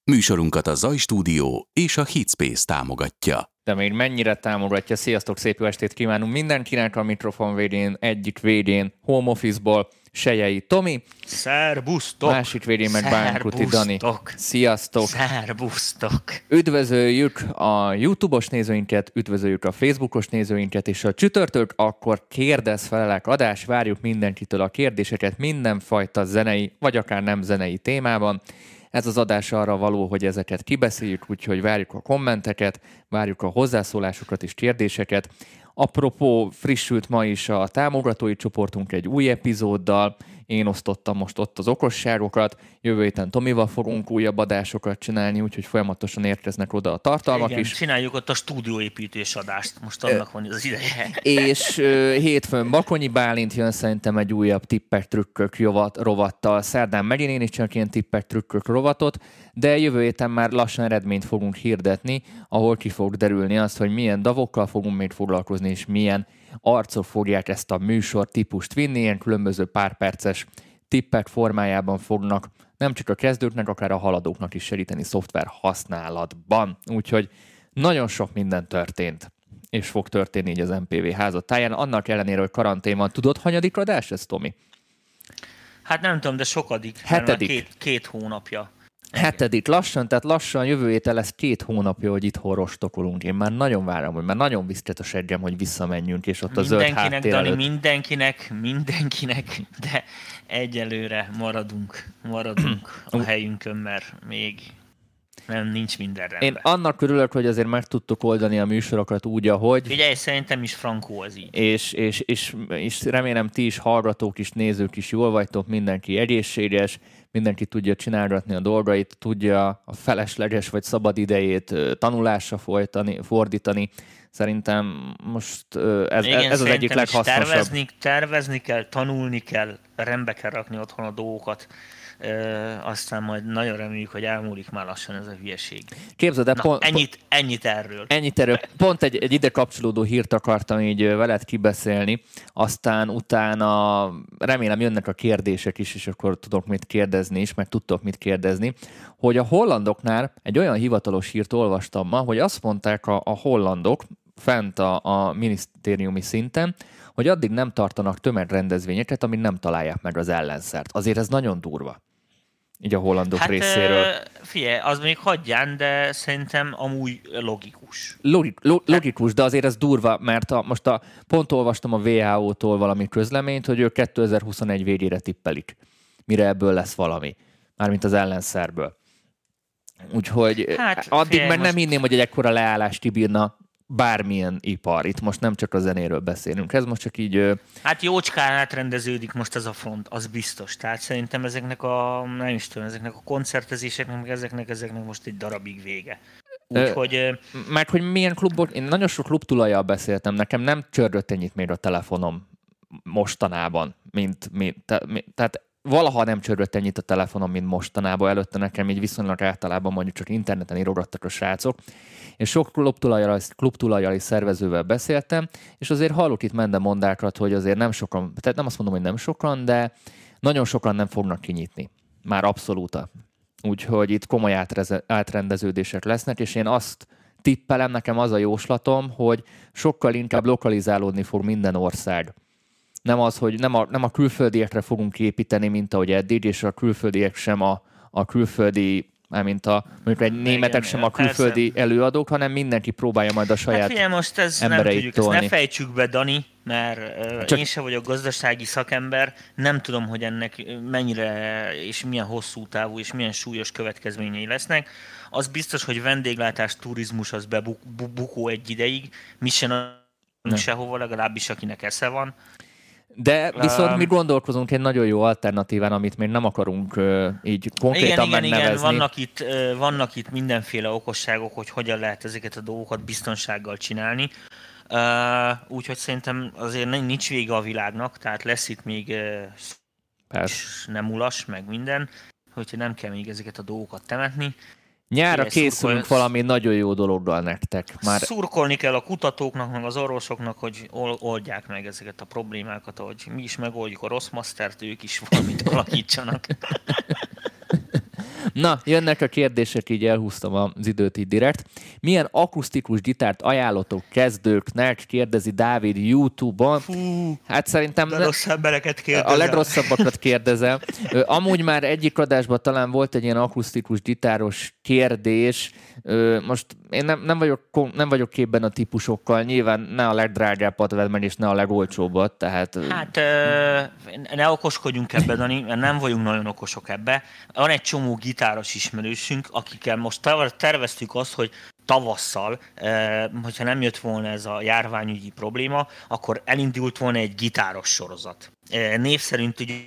Műsorunkat a Zaj Stúdió és a Hitspace támogatja. De még mennyire támogatja. Sziasztok, szép jó estét kívánunk mindenkinek a mikrofon végén, egyik végén home office-ból Sejei Tomi. Szerbusztok! Másik végén meg Bánkuti Dani. Sziasztok! Szerbusztok! Üdvözöljük a YouTube-os nézőinket, üdvözöljük a Facebookos nézőinket, és a csütörtök akkor kérdez-felelek adás. Várjuk mindenkitől a kérdéseket mindenfajta zenei, vagy akár nem zenei témában. Ez az adás arra való, hogy ezeket kibeszéljük, úgyhogy várjuk a kommenteket, várjuk a hozzászólásokat és kérdéseket. Apropó, frissült ma is a támogatói csoportunk egy új epizóddal. Én osztottam most ott az okosságokat. Jövő héten Tomival fogunk újabb adásokat csinálni, úgyhogy folyamatosan érkeznek oda a tartalmak is. Csináljuk ott a stúdióépítés adást. Most annak van az ideje. És hétfőn Bakonyi Bálint jön szerintem egy újabb tippek, trükkök rovattal. Szerdán megint én is csak ilyen tippek, trükkök rovatot, de jövő héten már lassan eredményt fogunk hirdetni, ahol ki fog derülni az, hogy milyen davokkal fogunk még foglalkozni, és milyen arcok fogják ezt a műsor típust vinni, ilyen különböző párperces tippek formájában fognak nem csak a kezdőknek, akár a haladóknak is segíteni szoftver használatban. Úgyhogy nagyon sok minden történt, és fog történni így az MPV házatáján. Annak ellenére, hogy karantén van. Tudod, hanyadik adás ez, Tomi? Hát nem tudom, de sokadik. 7. Két hónapja. 7. lassan jövő héten lesz 2 hónapja, hogy itthon rostokolunk. Én már nagyon várom, hogy már nagyon viszket a seggem, hogy visszamenjünk, és ott a zöld háttér előtt. Mindenkinek, de egyelőre maradunk a helyünkön, mert még nincs minden rendben. Én annak örülök, hogy azért meg tudtuk oldani a műsorokat úgy, ahogy... Figyelj, szerintem is frankó az így. És remélem ti is, hallgatók is, nézők is jól vagytok, mindenki egészséges, mindenki tudja csinálgatni a dolgait, tudja a felesleges vagy szabad idejét tanulásra fordítani. Szerintem most ez az egyik leghasznosabb. Tervezni kell, tanulni kell, rendbe kell rakni otthon a dolgokat. Aztán majd nagyon reméljük, hogy elmúlik már lassan ez a hülyeség. Képzeld el, ennyit erről. Pont egy ide kapcsolódó hírt akartam így veled kibeszélni, aztán utána remélem jönnek a kérdések is, és akkor tudok mit kérdezni is, meg tudtok mit kérdezni, hogy a hollandoknál egy olyan hivatalos hírt olvastam ma, hogy azt mondták a hollandok fent a minisztériumi szinten, hogy addig nem tartanak tömegrendezvényeket, amíg nem találják meg az ellenszert. Azért ez nagyon durva. Így a hollandok részéről. Figyelj, az még hagyján, de szerintem amúgy logikus. Logikus, de azért ez durva, mert pont olvastam a WHO-tól valami közleményt, hogy ők 2021 végére tippelik, mire ebből lesz valami. Mármint az ellenszerből. Úgyhogy addig meg nem hinném, hogy egy ekkora leállást kibírna bármilyen ipar. Itt most nem csak a zenéről beszélünk. Ez most csak így... Hát jócskán átrendeződik most ez a front, az biztos. Tehát szerintem ezeknek ezeknek a koncertezéseknek, meg ezeknek most egy darabig vége. Úgyhogy... Mert hogy milyen klubok... Én nagyon sok klubtulajjal beszéltem. Nekem nem csörgött ennyit még a telefonom mostanában, tehát valaha nem csörgött ennyit a telefonom, mint mostanában. Előtte nekem így viszonylag általában mondjuk csak interneten írogattak a srácok. És sok klubtulajjal és szervezővel beszéltem, és azért hallok itt mendemondákat, hogy azért nem sokan, tehát nem azt mondom, hogy nem sokan, de nagyon sokan nem fognak kinyitni. Már abszolút. Úgyhogy itt komoly átrendeződések lesznek, és én azt tippelem, nekem az a jóslatom, hogy sokkal inkább lokalizálódni fog minden ország. Nem az, hogy nem a külföldiekre fogunk építeni, mint ahogy eddig, és a külföldiek sem a külföldi, mármint mondjuk egy németek sem a külföldi előadók, hanem mindenki próbálja majd a saját most ez nem tudjuk, ezt ne fejtsük be, Dani, mert én sem vagyok gazdasági szakember, nem tudom, hogy ennek mennyire és milyen hosszú távú és milyen súlyos következményei lesznek. Az biztos, hogy vendéglátás, turizmus az bebukó egy ideig, mi sem sehova, legalábbis akinek esze van. De viszont mi gondolkozunk egy nagyon jó alternatíván, amit még nem akarunk így konkrétan megnevezni. Igen, vannak itt mindenféle okosságok, hogy hogyan lehet ezeket a dolgokat biztonsággal csinálni. Úgyhogy szerintem azért nincs vége a világnak, tehát lesz itt még nem ulas, meg minden, hogyha nem kell még ezeket a dolgokat temetni. Nyárra készülünk valami nagyon jó dologgal nektek. Már szurkolni kell a kutatóknak, meg az orvosoknak, hogy oldják meg ezeket a problémákat, ahogy mi is megoldjuk a rossz masztert, ők is valamit alakítsanak. Na, jönnek a kérdések, így elhúztam az időt így direkt. Milyen akusztikus gitárt ajánlotok kezdőknek? Kérdezi Dávid YouTube-on. Hát szerintem... De rossz embereket kérdezel. A legrosszabbakat kérdezem. Amúgy már egyik adásban talán volt egy ilyen akusztikus gitáros kérdés. Most én nem vagyok képben a típusokkal. Nyilván ne a legdrágábbat vedd meg, és ne a legolcsóbbat. Tehát... Hát ne okoskodjunk ebbe, Dani, mert nem vagyunk nagyon okosok ebbe. Van egy csomó gitáros ismerősünk, akikkel most terveztük azt, hogy tavasszal, hogyha nem jött volna ez a járványügyi probléma, akkor elindult volna egy gitáros sorozat. Név szerint ugye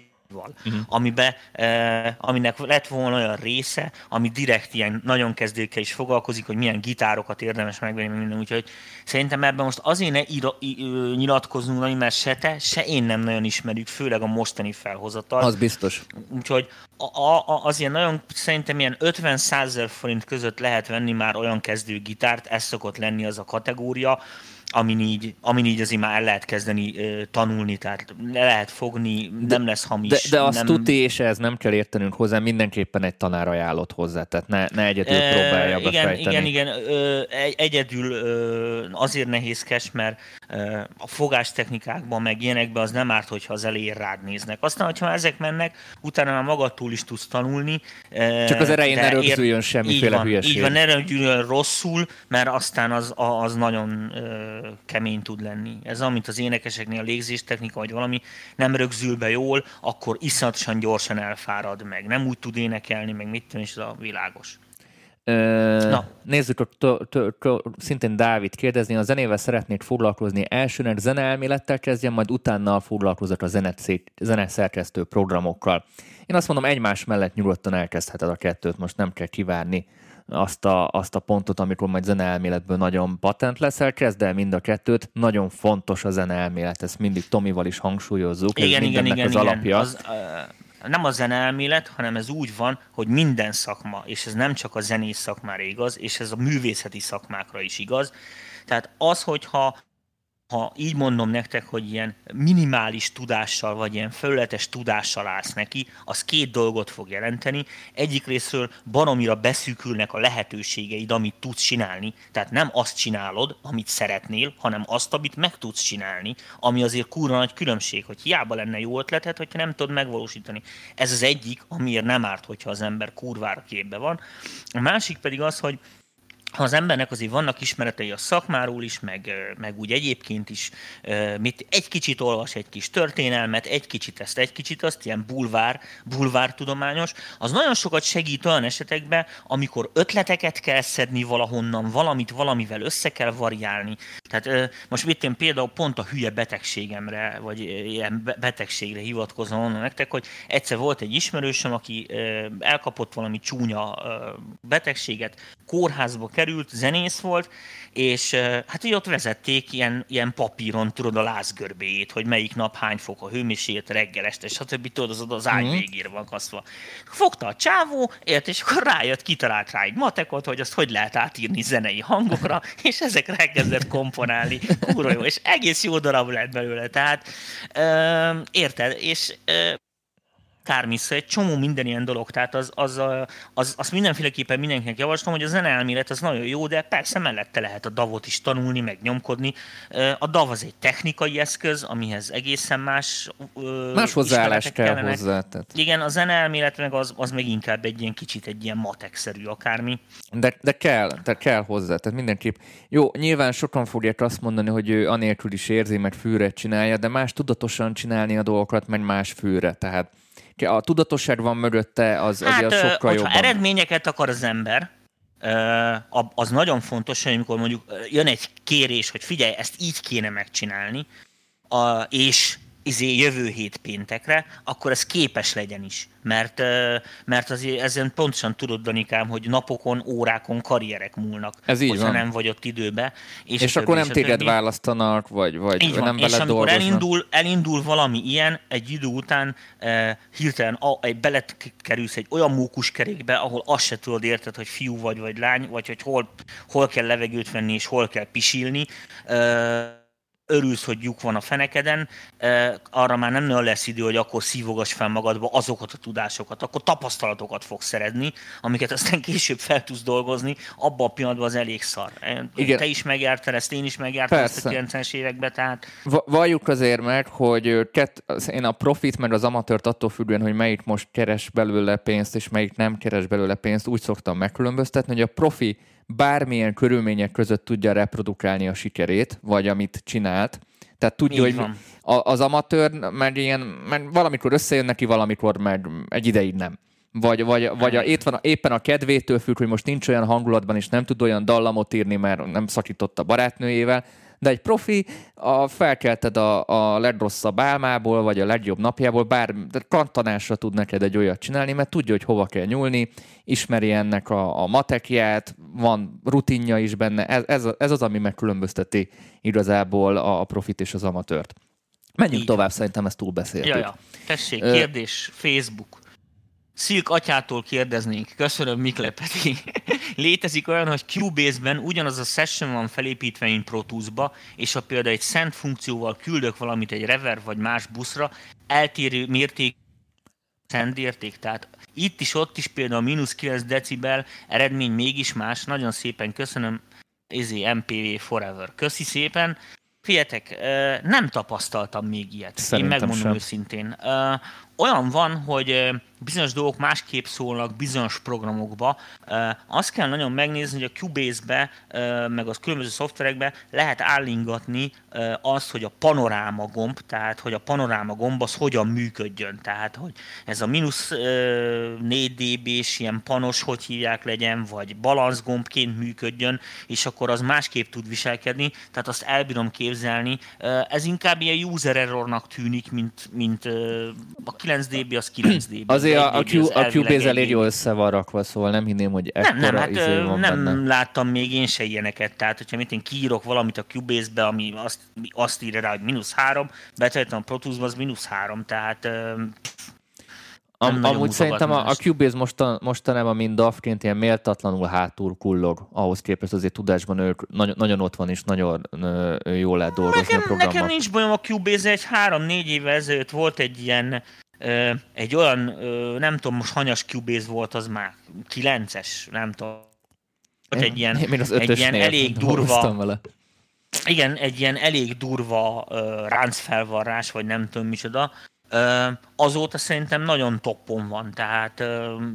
aminek lett volna olyan része, ami direkt ilyen nagyon kezdőkkel is foglalkozik, hogy milyen gitárokat érdemes megvenni, minden, úgyhogy szerintem ebben most azért ne nyilatkozzunk, mert se te, se én nem nagyon ismerjük, főleg a mostani felhozatal. Az biztos. Úgyhogy azért nagyon, szerintem ilyen 50-100 forint között lehet venni már olyan kezdő gitárt, ez szokott lenni az a kategória, amin így azért már el lehet kezdeni tanulni, tehát le lehet fogni, nem lesz hamis. De azt tuti, és ez nem kell értenünk hozzá, mindenképpen egy tanár ajánlott hozzá, tehát ne egyedül próbálja befejteni. Igen, egyedül azért nehézkes, mert a fogástechnikákban, meg ilyenekben az nem árt, hogyha az elején rád néznek. Aztán, hogyha ezek mennek, utána már magadtól is tudsz tanulni. Csak az elején ne rögzüljön semmiféle hülyeség. Így van, ne rögzüljön rosszul, mert aztán az nagyon kemény tud lenni. Ez amit az énekeseknél a légzéstechnika, vagy valami nem rögzül be jól, akkor iszonyatosan gyorsan elfárad meg. Nem úgy tud énekelni, meg mit tudom, és ez a világos. Nézzük, szintén Dávid kérdezni, a zenével szeretnék foglalkozni, elsőnek zeneelmélettel kezdjem, majd utána foglalkozok a zeneszerkesztő programokkal. Én azt mondom, egymás mellett nyugodtan elkezdheted a kettőt, most nem kell kivárni azt a pontot, amikor majd zeneelméletből nagyon patent leszel, kezd el mind a kettőt, nagyon fontos a zeneelmélet, ezt mindig Tomival is hangsúlyozzuk, ez mindennek az alapja. Nem a zeneelmélet, hanem ez úgy van, hogy minden szakma, és ez nem csak a zenész szakmára igaz, és ez a művészeti szakmákra is igaz. Tehát az, hogyha így mondom nektek, hogy ilyen minimális tudással, vagy ilyen felületes tudással állsz neki, az két dolgot fog jelenteni. Egyik részről baromira beszűkülnek a lehetőségeid, amit tudsz csinálni. Tehát nem azt csinálod, amit szeretnél, hanem azt, amit meg tudsz csinálni, ami azért kurva nagy különbség, hogy hiába lenne jó ötleted, hogyha nem tudod megvalósítani. Ez az egyik, amiért nem árt, hogyha az ember kurvára képbe van. A másik pedig az, hogy ha az embernek azért vannak ismeretei a szakmáról is, meg úgy egyébként is, egy kicsit olvas egy kis történelmet, egy kicsit azt, ilyen bulvár tudományos, az nagyon sokat segít olyan esetekben, amikor ötleteket kell szedni valahonnan, valamit valamivel össze kell variálni. Tehát most mit én például pont a hülye betegségemre, vagy ilyen betegségre hivatkozom onnan nektek, hogy egyszer volt egy ismerősöm, aki elkapott valami csúnya betegséget, kórházba került, zenész volt, és hát így ott vezették ilyen papíron, tudod, a lázgörbéjét, hogy melyik nap hány fok a hőmérséklet, reggel, este, stb. Tudod, az ágy végére van kasztva. Fogta a csávó, és akkor rájött, kitalált rá egy matekot, hogy azt hogy lehet átírni zenei hangokra, és ezekre elkezdett komponálni. Kurva jó, és egész jó darab lett belőle. Tehát érted? És kármissza, egy csomó minden ilyen dolog, tehát azt mindenféleképpen mindenkinek javaslom, hogy a zeneelmélet az nagyon jó, de persze mellette lehet a DAV-ot is tanulni, meg nyomkodni. A DAV az egy technikai eszköz, amihez egészen más hozzáállás kell hozzá. Tehát. Igen, a zeneelmélet meg az meg inkább egy ilyen kicsit egy ilyen matekszerű akármi. De kell hozzá, tehát mindenképp. Jó, nyilván sokan fogják azt mondani, hogy ő anélkül is érzi, meg fűre csinálja, de más tudatosan csinálni a dolgokat, meg más fűre, tehát a tudatosság van mögötte, az azért sokkal jobban. Ha eredményeket akar az ember, az nagyon fontos, hogy amikor mondjuk jön egy kérés, hogy figyelj, ezt így kéne megcsinálni, és jövő hét péntekre, akkor ez képes legyen is. Mert azért ezen pontosan tudod, Danikám, hogy napokon, órákon karrierek múlnak. Ez így hogyha van. Nem vagy ott időbe. És akkor nem téged választanak, vagy nem veled dolgoznak. És amikor elindul valami ilyen, egy idő után hirtelen belekerülsz egy olyan mókuskerékbe, ahol azt se tudod, érted, hogy fiú vagy lány, vagy hogy hol kell levegőt venni, és hol kell pisilni. örülsz, hogy lyuk van a fenekeden, arra már nem nagyon lesz idő, hogy akkor szívogass fel magadba azokat a tudásokat, akkor tapasztalatokat fogsz szerezni, amiket aztán később fel tudsz dolgozni, abban a pillanatban az elég szar. Igen. Te is megjártál ezt, én is megjártam ezt a 90-es években, tehát... Valljuk azért meg, hogy én a profit meg az amatőrt attól függően, hogy melyik most keres belőle pénzt, és melyik nem keres belőle pénzt, úgy szoktam megkülönböztetni, hogy a profi bármilyen körülmények között tudja reprodukálni a sikerét, vagy amit csinált. Tehát tudja, hogy az amatőr meg valamikor összejön neki, valamikor meg egy ideig nem. Vagy éppen a kedvétől függ, hogy most nincs olyan hangulatban, és nem tud olyan dallamot írni, mert nem szakított a barátnőjével. De egy profi, felkelted a legrosszabb álmából, vagy a legjobb napjából, de kattanásra tud neked egy olyat csinálni, mert tudja, hogy hova kell nyúlni, ismeri ennek a matekját, van rutinja is benne, ez az, ami megkülönbözteti igazából a profit és az amatőrt. Menjünk tovább, szerintem ezt túlbeszéltük. Ja. Tessék, kérdés, Facebook. Szilk atyától kérdeznénk. Köszönöm, Miklepeti. Létezik olyan, hogy Cubase-ben ugyanaz a session van felépítve, mint Pro Tools-ba, és ha például egy send funkcióval küldök valamit egy reverb vagy más buszra, eltérő mérték send érték. Tehát itt is, ott is például -9 decibel, eredmény mégis más. Nagyon szépen köszönöm. MPV Forever. Köszi szépen. Figyeljetek, nem tapasztaltam még ilyet. Szerintem én megmondom sem. Őszintén. Olyan van, hogy bizonyos dolgok másképp szólnak bizonyos programokba. Azt kell nagyon megnézni, hogy a Cubase-be, meg az különböző szoftverekbe lehet állingatni azt, hogy a panoráma gomb, tehát hogy a panoráma gomb az hogyan működjön. Tehát, hogy ez a -4 dB-s ilyen panos, hogy hívják legyen, vagy balanszgombként működjön, és akkor az másképp tud viselkedni. Tehát azt elbírom képzelni. Ez inkább ilyen user errornak tűnik, mint a 9 dB az 9 dB. Azért a Cubase elég jól össze van rakva, szóval nem hinném, hogy ekkora izé van benne. Nem láttam még én se ilyeneket. Tehát, hogyha én kiírok valamit a Cubase-be, ami azt írja rá, hogy -3, betöltöm a Pro Tools-ba, az -3, tehát... Amúgy szerintem a Cubase mostanában mind DAW-ként ilyen méltatlanul hátul kullog, ahhoz képest azért tudásban ők nagyon ott van, és nagyon jól lehet dolgozni a programmal. Nekem nincs bajom a Cubase, egy 3-4 évvel ezelőtt volt egy ilyen, egy olyan, nem tudom, most hanyas Cubase volt, az már 9-es, nem tudom. Egy ilyen elég durva... Igen, egy ilyen elég durva ráncfelvarrás, vagy nem tudom micsoda. Azóta szerintem nagyon toppon van, tehát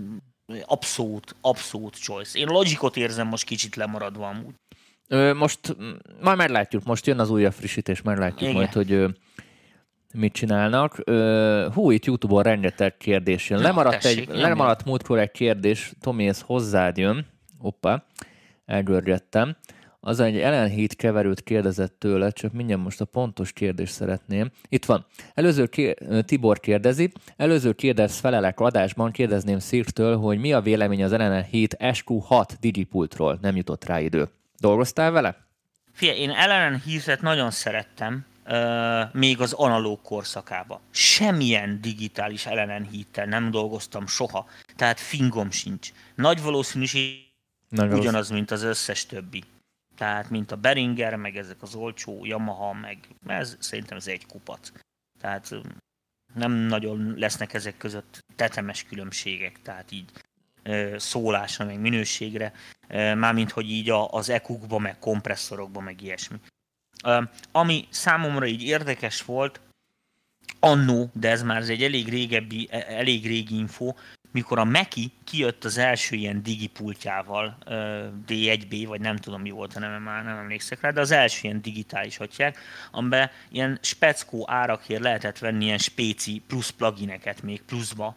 abszolút choice. Én Logicot érzem most kicsit lemaradva amúgy. Most majd meglátjuk, most jön az újabb frissítés, meglátjuk majd, hogy mit csinálnak. Itt YouTube-on rengeteg kérdés jön. Lemaradt múltkor egy kérdés, Tomi, ez hozzád jön. Hoppá, elgörgettem. Az egy Ellen Heath keverőt kérdezett tőle, csak mindjárt most a pontos kérdést szeretném. Itt van. Tibor kérdezi. Előző kérdez felelek adásban kérdezném Szirtől, hogy mi a vélemény az Ellen Heath SQ6 digipultról. Nem jutott rá idő. Dolgoztál vele? Figyelj, én Ellen Heath-et nagyon szerettem, még az analóg korszakában. Semmilyen digitális Ellen Heath-tel nem dolgoztam soha. Tehát fingom sincs. Nagy valószínűség ugyanaz, mint az összes többi. Tehát, mint a Behringer, meg ezek az olcsó Yamaha, meg szerintem ez egy kupac. Tehát nem nagyon lesznek ezek között tetemes különbségek, tehát így szólásra, meg minőségre, mármint, hogy így az EQ-kba, meg kompresszorokba, meg ilyesmi. Ami számomra így érdekes volt, annó, de ez már egy elég régi info, mikor a Mackie kijött az első ilyen digipultjával, D1B, vagy nem tudom mi volt, nem emlékszek rá, de az első ilyen digitális hatják, amiben ilyen speckó árakért lehetett venni ilyen spéci plusz plugineket még pluszba.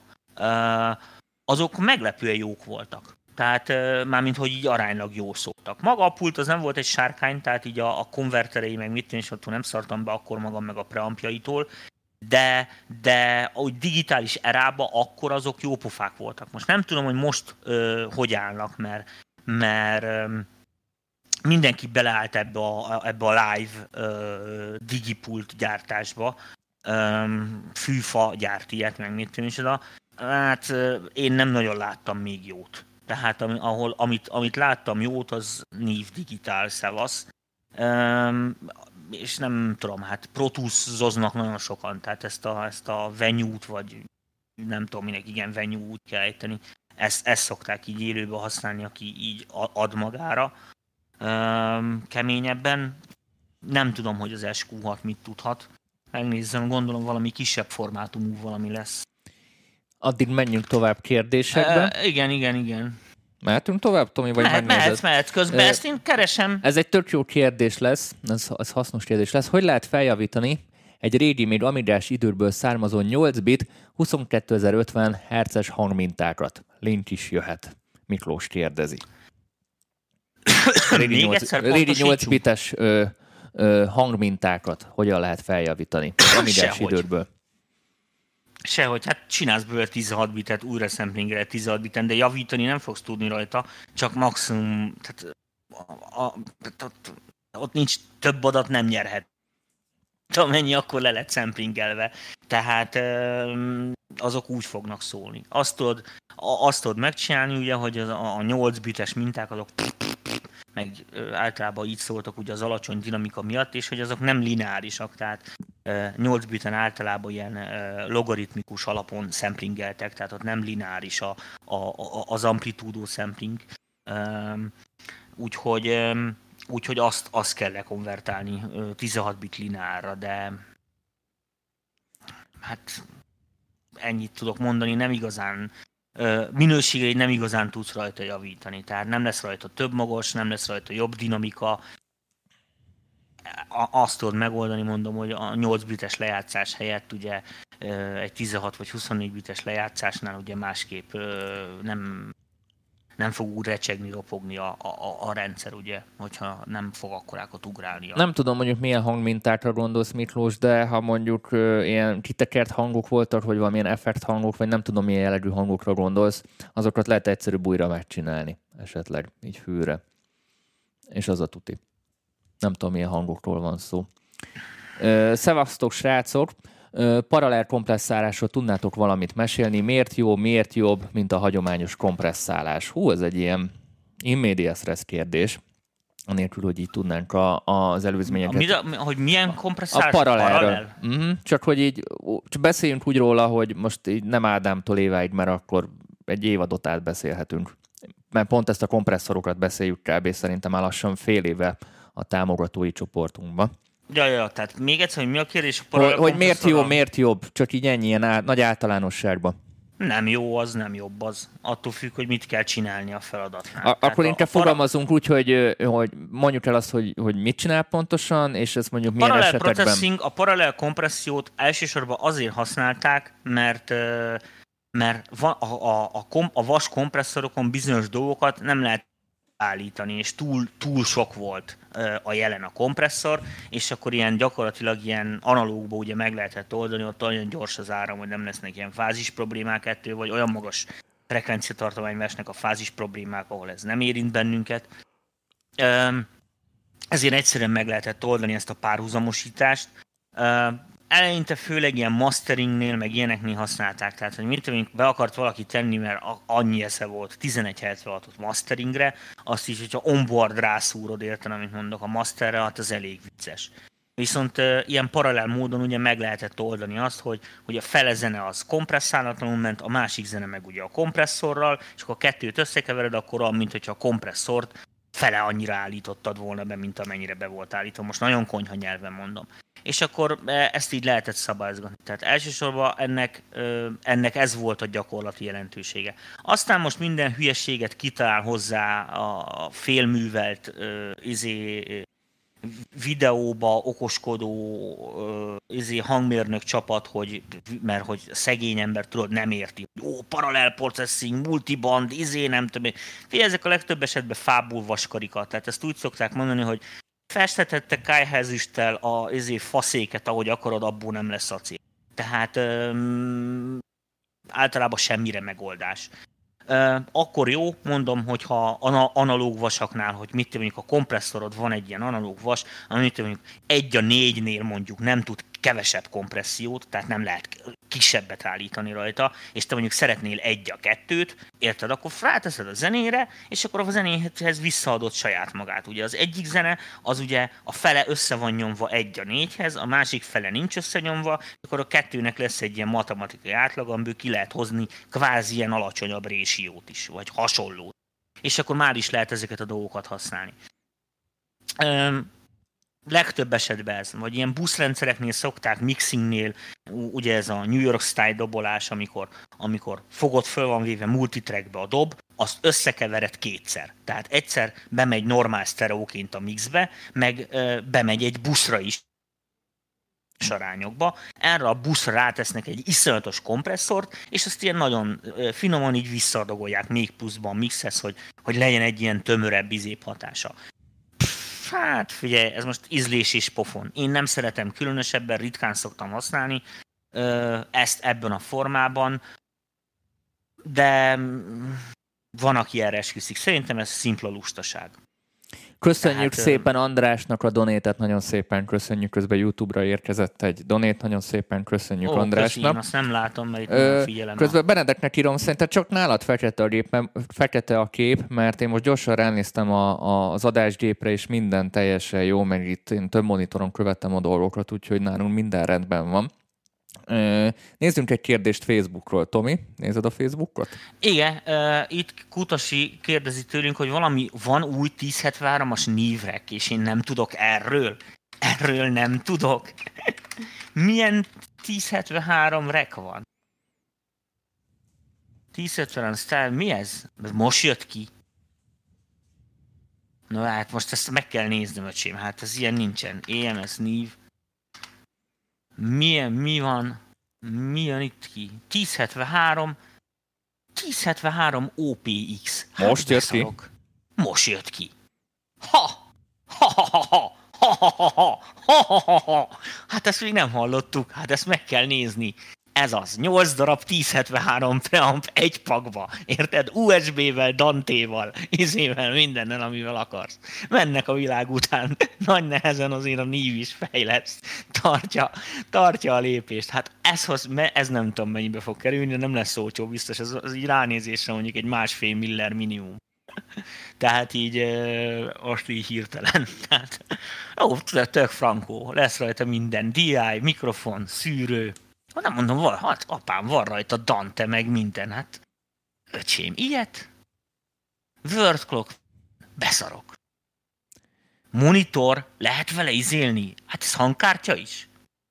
Azok meglepően jók voltak. Tehát mármint, hogy így aránylag jól szóltak. Maga a pult az nem volt egy sárkány, tehát így a konverterei meg mit és attól nem szartam be akkor magam meg a preampjaitól, de ahogy digitális erába, akkor azok jó pofák voltak. Most nem tudom, hogy most hogy állnak, mert mindenki beleállt ebbe a live digipult gyártásba. Fűfa gyárt ilyet, meg mit tudom is oda. Hát én nem nagyon láttam még jót. Tehát amit láttam jót, az Neve Digital, szevasz. és nem tudom, hát Pro Tools-oznak nagyon sokan, tehát ezt a venue-t, vagy nem tudom minek, igen, venue úgy kell ejteni, ezt szokták így élőben használni, aki így ad magára keményebben. Nem tudom, hogy az SQ6 mit tudhat. Megnézzem, gondolom valami kisebb formátumú valami lesz. Addig menjünk tovább kérdésekbe. Igen. Mehetünk tovább, Tomi, vagy megnézed? Mehet. Közben ezt én keresem. Ez egy tök jó kérdés lesz, ez hasznos kérdés lesz. Hogy lehet feljavítani egy régi, még amidás időből származó 8 bit 22050 Hz-es hangmintákat? Link is jöhet. Miklós kérdezi. Régi 8 bites hangmintákat hogyan lehet feljavítani amidás időből? Sehogy, hát csinálsz bőle 16 bitet, újra samplingeled 16 biten, de javítani nem fogsz tudni rajta, csak maximum, tehát ott nincs több adat, nem nyerhet. Amennyi akkor le lett samplingelve. Tehát azok úgy fognak szólni. Azt tudod megcsinálni, ugye, hogy a 8 bites minták azok meg általában így szóltak ugye az alacsony dinamika miatt, és hogy azok nem lineárisak, tehát 8 biten általában ilyen logaritmikus alapon samplingeltek, tehát ott nem lineáris az amplitúdó sampling. Úgyhogy azt kell lekonvertálni 16 bit lineárra, de hát ennyit tudok mondani, nem igazán minőségét nem igazán tudsz rajta javítani, tehát nem lesz rajta több magos, nem lesz rajta jobb dinamika. Azt tudod megoldani, mondom, hogy a 8 bites lejátszás helyett ugye egy 16 vagy 24 bites lejátszásnál ugye másképp nem fog úgy recsegni, ropogni a rendszer, ugye, hogyha nem fog akkorákat ugrálni. Nem tudom, mondjuk milyen hangmintákra gondolsz, Miklós, de ha mondjuk ilyen kitekert hangok voltak, vagy valamilyen effekt hangok, vagy nem tudom, milyen jellegű hangokra gondolsz, azokat lehet egyszerűbb újra megcsinálni, esetleg, így fűre. És az a tuti. Nem tudom, milyen hangokról van szó. Szevasztok, srácok! Paralel kompresszálásról tudnátok valamit mesélni? Miért jó, miért jobb, mint a hagyományos kompresszálás? Ez egy ilyen in medias res kérdés. Anélkül, hogy így tudnánk az előzményeket. Hogy milyen kompresszálás? A paralel. Csak hogy így csak beszéljünk úgy róla, hogy most így nem Ádámtól Éváig, mert akkor egy évadot átbeszélhetünk. Mert pont ezt a kompresszorokat beszéljük kb. Szerintem már lassan fél éve a támogatói csoportunkban. Ja, tehát még egyszer, hogy mi a kérdés? Hogy miért jobb? Csak így ennyi ilyen nagy általánosságban. Nem jó az, nem jobb az. Attól függ, hogy mit kell csinálni a feladatnál. Akkor inkább fogalmazunk úgy, hogy mondjuk el azt, hogy mit csinál pontosan, és ezt mondjuk milyen esetekben. A paralel kompressziót elsősorban azért használták, mert a vas kompresszorokon bizonyos dolgokat nem lehet állítani, és túl sok volt a jelen a kompresszor, és akkor gyakorlatilag ilyen analógba ugye meg lehetett oldani, ott olyan gyors az áram, hogy nem lesznek ilyen fázis problémák ettől, vagy olyan magas frekvenciatartományban esnek a fázis problémák, ahol ez nem érint bennünket. Ezért egyszerűen meg lehetett oldani ezt a párhuzamosítást. Eleinte főleg ilyen masteringnél, meg ilyeneknél használták, tehát hogy mit be akart valaki tenni, mert annyi esze volt 1176-ot masteringre, azt is, hogyha onboard rászúrod, érted, amit mondok, a masterre, hát az elég vicces. Viszont ilyen paralel módon ugye meg lehetett oldani azt, hogy a fele zene az kompresszálatlanul ment, a másik zene meg ugye a kompresszorral, és akkor a kettőt összekevered, akkor olyan, mint hogyha a kompresszort fele annyira állítottad volna be, mint amennyire be volt állítva. Most nagyon konyha nyelven mondom. És akkor ezt így lehetett szabályozgatni. Tehát elsősorban ennek ez volt a gyakorlati jelentősége. Aztán most minden hülyeséget kitalál hozzá a félművelt videóba okoskodó hangmérnök csapat, mert hogy szegény ember, tudod, nem érti. Parallel processing, multiband, nem tudom. Ezek a legtöbb esetben fából vaskarikat. Tehát ezt úgy szokták mondani, hogy festetette kájhezüsttel a faszéket, ahogy akarod, abból nem lesz acél. Tehát általában semmire megoldás. Akkor jó, mondom, hogyha analóg vasaknál, hogy mit mondjuk a kompresszorod van egy ilyen analóg vas, amit mondjuk 1/4-nél mondjuk nem tud kevesebb kompressziót, tehát nem lehet kisebbet állítani rajta, és te mondjuk szeretnél 1-2, érted, akkor ráteszed a zenére, és akkor a zenéhez visszaadott saját magát. Ugye az egyik zene, az ugye a fele össze van nyomva 1-4-hez, a másik fele nincs összenyomva, akkor a kettőnek lesz egy ilyen matematikai átlag, amiből ki lehet hozni kvázi ilyen alacsonyabb résiót is, vagy hasonlót. És akkor már is lehet ezeket a dolgokat használni. Legtöbb esetben ez, vagy ilyen buszrendszereknél szokták, mixingnél, ugye ez a New York Style dobolás, amikor fogod, föl van véve multitrackbe a dob, azt összekevered kétszer. Tehát egyszer bemegy normál sztereóként a mixbe, meg bemegy egy buszra is arányokba. Erre a buszra rátesznek egy iszonyatos kompresszort, és azt ilyen nagyon finoman így visszadogolják még pluszban a mixhez, hogy legyen egy ilyen tömörebb hatása. Hát figyelj, ez most ízlés és pofon. Én nem szeretem különösebben, ritkán szoktam használni ezt ebben a formában, de van, aki erre esküszik. Szerintem ez szimpla lustaság. Köszönjük szépen Andrásnak a donétet, nagyon szépen köszönjük, közben YouTube-ra érkezett egy donét, nagyon szépen köszönjük Andrásnak. Köszönjük, azt nem látom, mert itt nem figyelem. Közben Benedeknek írom, szerintem csak nálad fekete a kép, mert én most gyorsan ránéztem az adásgépre, és minden teljesen jó, meg itt én több monitoron követtem a dolgokat, úgyhogy nálunk minden rendben van. Nézzünk egy kérdést Facebookról. Tomi, nézed a Facebookot? Igen, itt Kutasi kérdezi tőlünk, hogy valami van új 1073-as névrek, és én nem tudok erről. Erről nem tudok. Milyen 1073 rek van? 1073 Style, mi ez? Most jött ki? Na hát most ezt meg kell néznem, öcsém. Hát ez ilyen nincsen. EMS név. Mi van? Mi jön itt ki? 1073 OPX. Hát most jött ki? Most jött ki. Ha! Hát ezt még nem hallottuk. Hát ezt meg kell nézni. Ez az. 8 darab 1073 preamp egy pakba. Érted? USB-vel, Dante-val, izével, mindennel, amivel akarsz. Mennek a világ után. Nagy nehezen azért a NIV is fejlesz. Tartja a lépést. Hát ez nem tudom mennyibe fog kerülni, nem lesz olcsó biztos. Ez így ránézésre mondjuk egy 1,5 miller minimum. Tehát így most így hirtelen. Tehát, tök frankó. Lesz rajta minden. DI, mikrofon, szűrő. Nem mondom, hát apám, van rajta Dante, meg minden, hát öcsém, ilyet? Word clock, beszarok. Monitor, lehet vele izélni? Hát ez hangkártya is?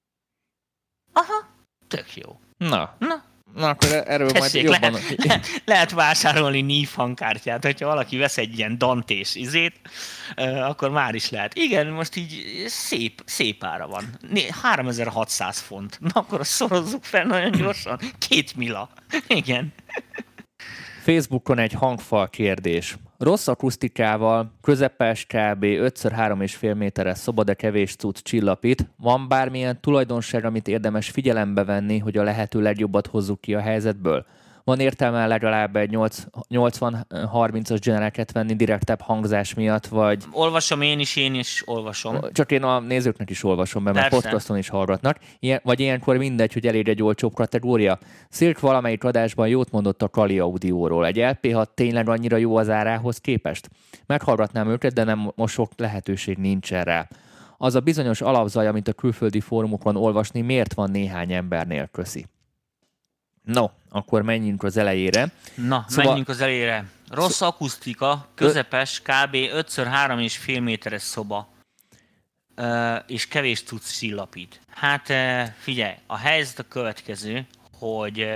Aha, tök jó. Na akkor erről tessék, majd jobban... Lehet vásárolni NIV hangkártyát, hogyha valaki vesz egy ilyen Dante-s izét, akkor már is lehet. Igen, most így szép ára van. 3600 font. Na akkor azt szorozzuk fel nagyon gyorsan. 2 mila. Igen. Facebookon egy hangfal kérdés. Rossz akusztikával, közepes, kb. 5x3,5 méteres szoba, de kevés cucc csillapít. Van bármilyen tulajdonság, amit érdemes figyelembe venni, hogy a lehető legjobbat hozzuk ki a helyzetből? Van értelme legalább egy 80-30-as genereket venni direktebb hangzás miatt, vagy... Olvasom én is olvasom. Csak én a nézőknek is olvasom be, mert podcaston is hallgatnak. Vagy ilyenkor mindegy, hogy elég egy olcsóbb kategória. Szirk valamelyik adásban jót mondott a Kali Audióról. Egy LP6 tényleg annyira jó az árához képest? Meghallgatnám őket, de nem most sok lehetőség nincs erre. Az a bizonyos alapzaj, amit a külföldi fórumokon olvasni, miért van néhány embernél? Köszi. No, akkor menjünk az elejére. Menjünk az elejére. Rossz akusztika, közepes, kb. 5x3,5 méteres szoba, és kevés cucc csillapít. Hát figyelj, a helyzet a következő, hogy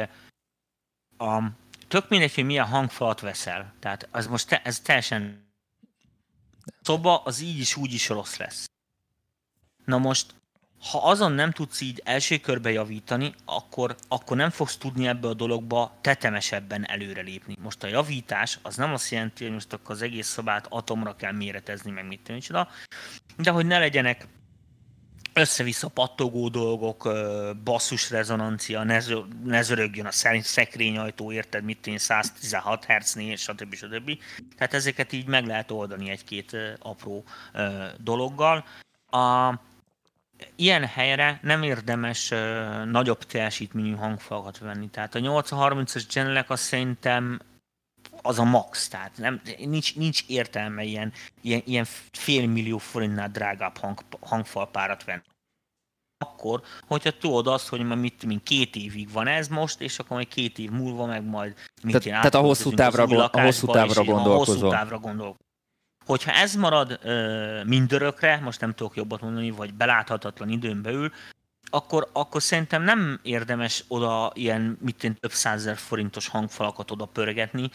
tök mindegy, hogy milyen hangfalat veszel. Tehát ez teljesen szoba, az így is úgy is rossz lesz. Na most, ha azon nem tudsz így első körbe javítani, akkor nem fogsz tudni ebbe a dologba tetemesebben előrelépni. Most a javítás az nem azt jelenti, hogy most akkor az egész szobát atomra kell méretezni, meg mit tűncsoda, de hogy ne legyenek össze-vissza pattogó dolgok, basszus rezonancia, ne zörögjön a szekrényajtó, érted, mit tűn 116 Hz-nél, stb. Tehát ezeket így meg lehet oldani egy-két apró dologgal. ilyen helyre nem érdemes nagyobb teljesítményű hangfalakat venni. Tehát a 830-as Genelec azt szerintem az a max, tehát nincs értelme ilyen $500 000 forintnál drágább hangfalpárat venni. Akkor, hogyha tudod azt, hogy már 2 évig van ez most, és akkor majd 2 év múlva meg majd tehát a hosszú távra gondolkozol. Hogyha ez marad mindörökre, most nem tudok jobbat mondani, vagy beláthatatlan időn belül, akkor szerintem nem érdemes oda ilyen több 100 000 forintos hangfalakat oda pörgetni.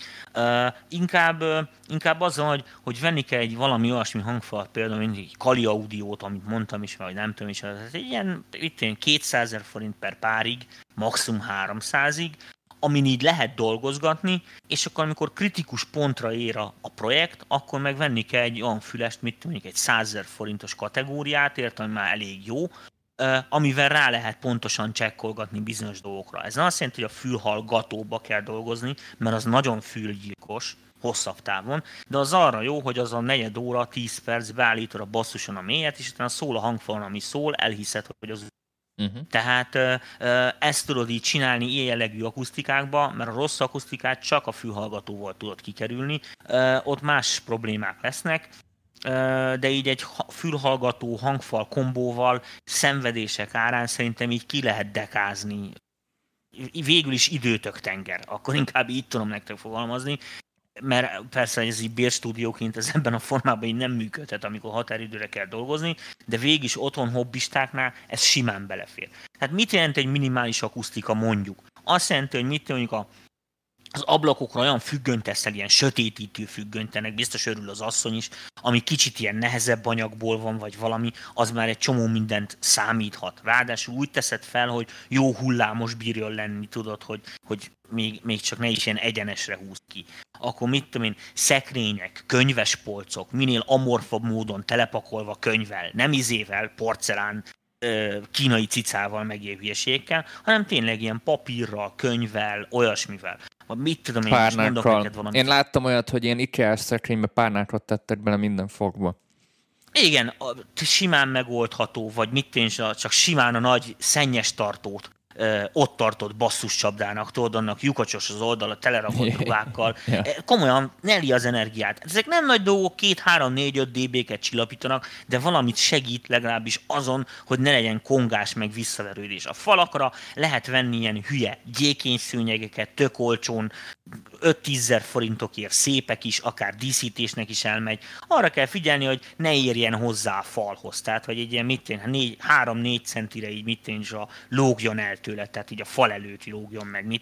Inkább az, hogy venni kell egy valami olyasmi hangfalat, például mint egy Kali Audiót, amit mondtam is, vagy nem tudom is, ez egy ilyen 200 000 forint per párig, maximum 300-ig, amin így lehet dolgozgatni, és akkor amikor kritikus pontra ér a projekt, akkor meg venni kell egy olyan fülest, mondjuk egy 100 000 forintos kategóriát, értem, hogy már elég jó, amivel rá lehet pontosan csekkolgatni bizonyos dolgokra. Ez nem azt jelenti, hogy a fülhallgatóba kell dolgozni, mert az nagyon fülgyilkos, hosszabb távon, de az arra jó, hogy az a 4 óra, 10 perc beállítod a basszuson a mélyet, és utána szól a hangfalon, ami szól, elhiszed, hogy az Tehát ezt tudod így csinálni ilyen jellegű akusztikákba, mert a rossz akusztikát csak a fülhallgatóval tudod kikerülni, ott más problémák lesznek, de így egy fülhallgató hangfal kombóval szenvedések árán szerintem így ki lehet dekázni. Végül is időtök tenger, akkor inkább így tudom nektek fogalmazni, mert persze ez így bérstúdióként ez ebben a formában így nem működhet, amikor határidőre kell dolgozni, de végig is otthon hobbistáknál ez simán belefér. Tehát mit jelent egy minimális akusztika mondjuk? Azt jelenti, hogy mit mondjuk az ablakokra olyan függönyt teszel, ilyen sötétítő függönyt, biztos örül az asszony is, ami kicsit ilyen nehezebb anyagból van, vagy valami, az már egy csomó mindent számíthat. Ráadásul úgy teszed fel, hogy jó hullámos bírjon lenni, tudod, hogy még csak ne is ilyen egyenesre húz ki. Akkor mit tudom én, szekrények, könyves polcok, minél amorfabb módon telepakolva könyvvel, nem izével, porcelán, kínai cicával, meg ilyen hülyeségekkel, hanem tényleg ilyen papírral, könyvvel, olyasmivel. Mit tudom én, most mondok neked valamit. Én láttam olyat, hogy ilyen IKEA-s szekrénybe párnákat tettek bele minden fogba. Igen, simán megoldható, vagy mit tényleg, csak simán a nagy szennyes tartót ott tartott basszuscsapdának, tudod, annak lyukacsos az oldala, telerakott ruhákkal. Ja. Komolyan neli az energiát. Ezek nem nagy dolgok, 2, 3, 4, 5 dB-ket csillapítanak, de valamit segít legalábbis azon, hogy ne legyen kongás meg visszaverődés. A falakra lehet venni ilyen hülye gyékényszőnyegeket, tök olcsón, 5-10 000 forintokért szépek is, akár díszítésnek is elmegy. Arra kell figyelni, hogy ne érjen hozzá a falhoz. Tehát, hogy egy ilyen 3-4 centire így lógjon el tőle, tehát így a fal előtt lógjon meg,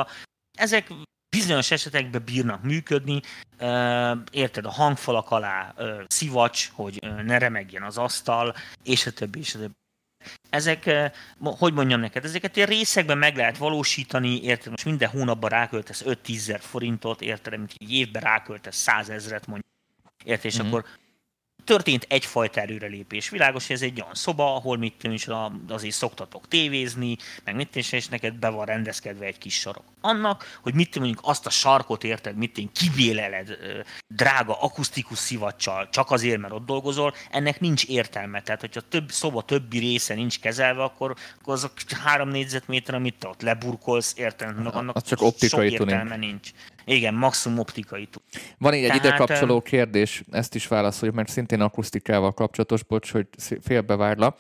ezek bizonyos esetekben bírnak működni, érted, a hangfalak alá szivacs, hogy ne remegjen az asztal, és a többi, és a többi. Ezek, hogy mondjam neked, ezeket ilyen részekben meg lehet valósítani, érted, most minden hónapban ráköltesz 5-10 000 forintot, érted, mint egy évben ráköltesz 100 000 mondjuk, érted, és akkor történt egyfajta előrelépés. Világos, hogy ez egy olyan szoba, ahol azért szoktatok tévézni, meg és neked be van rendezkedve egy kis sarok. Annak, hogy mondjuk azt a sarkot érted, kibéleled drága akusztikus szivacsal, csak azért, mert ott dolgozol, ennek nincs értelme. Tehát, hogyha szoba többi része nincs kezelve, akkor azok 3 négyzetméter, amit te ott leburkolsz, érted, annak csak optikai sok értelme nincs. Igen, maximum optikai tud. Van így egy ide kapcsoló kérdés, ezt is válaszoljuk, mert szintén akusztikával kapcsolatos, bocs, hogy félbevárlak.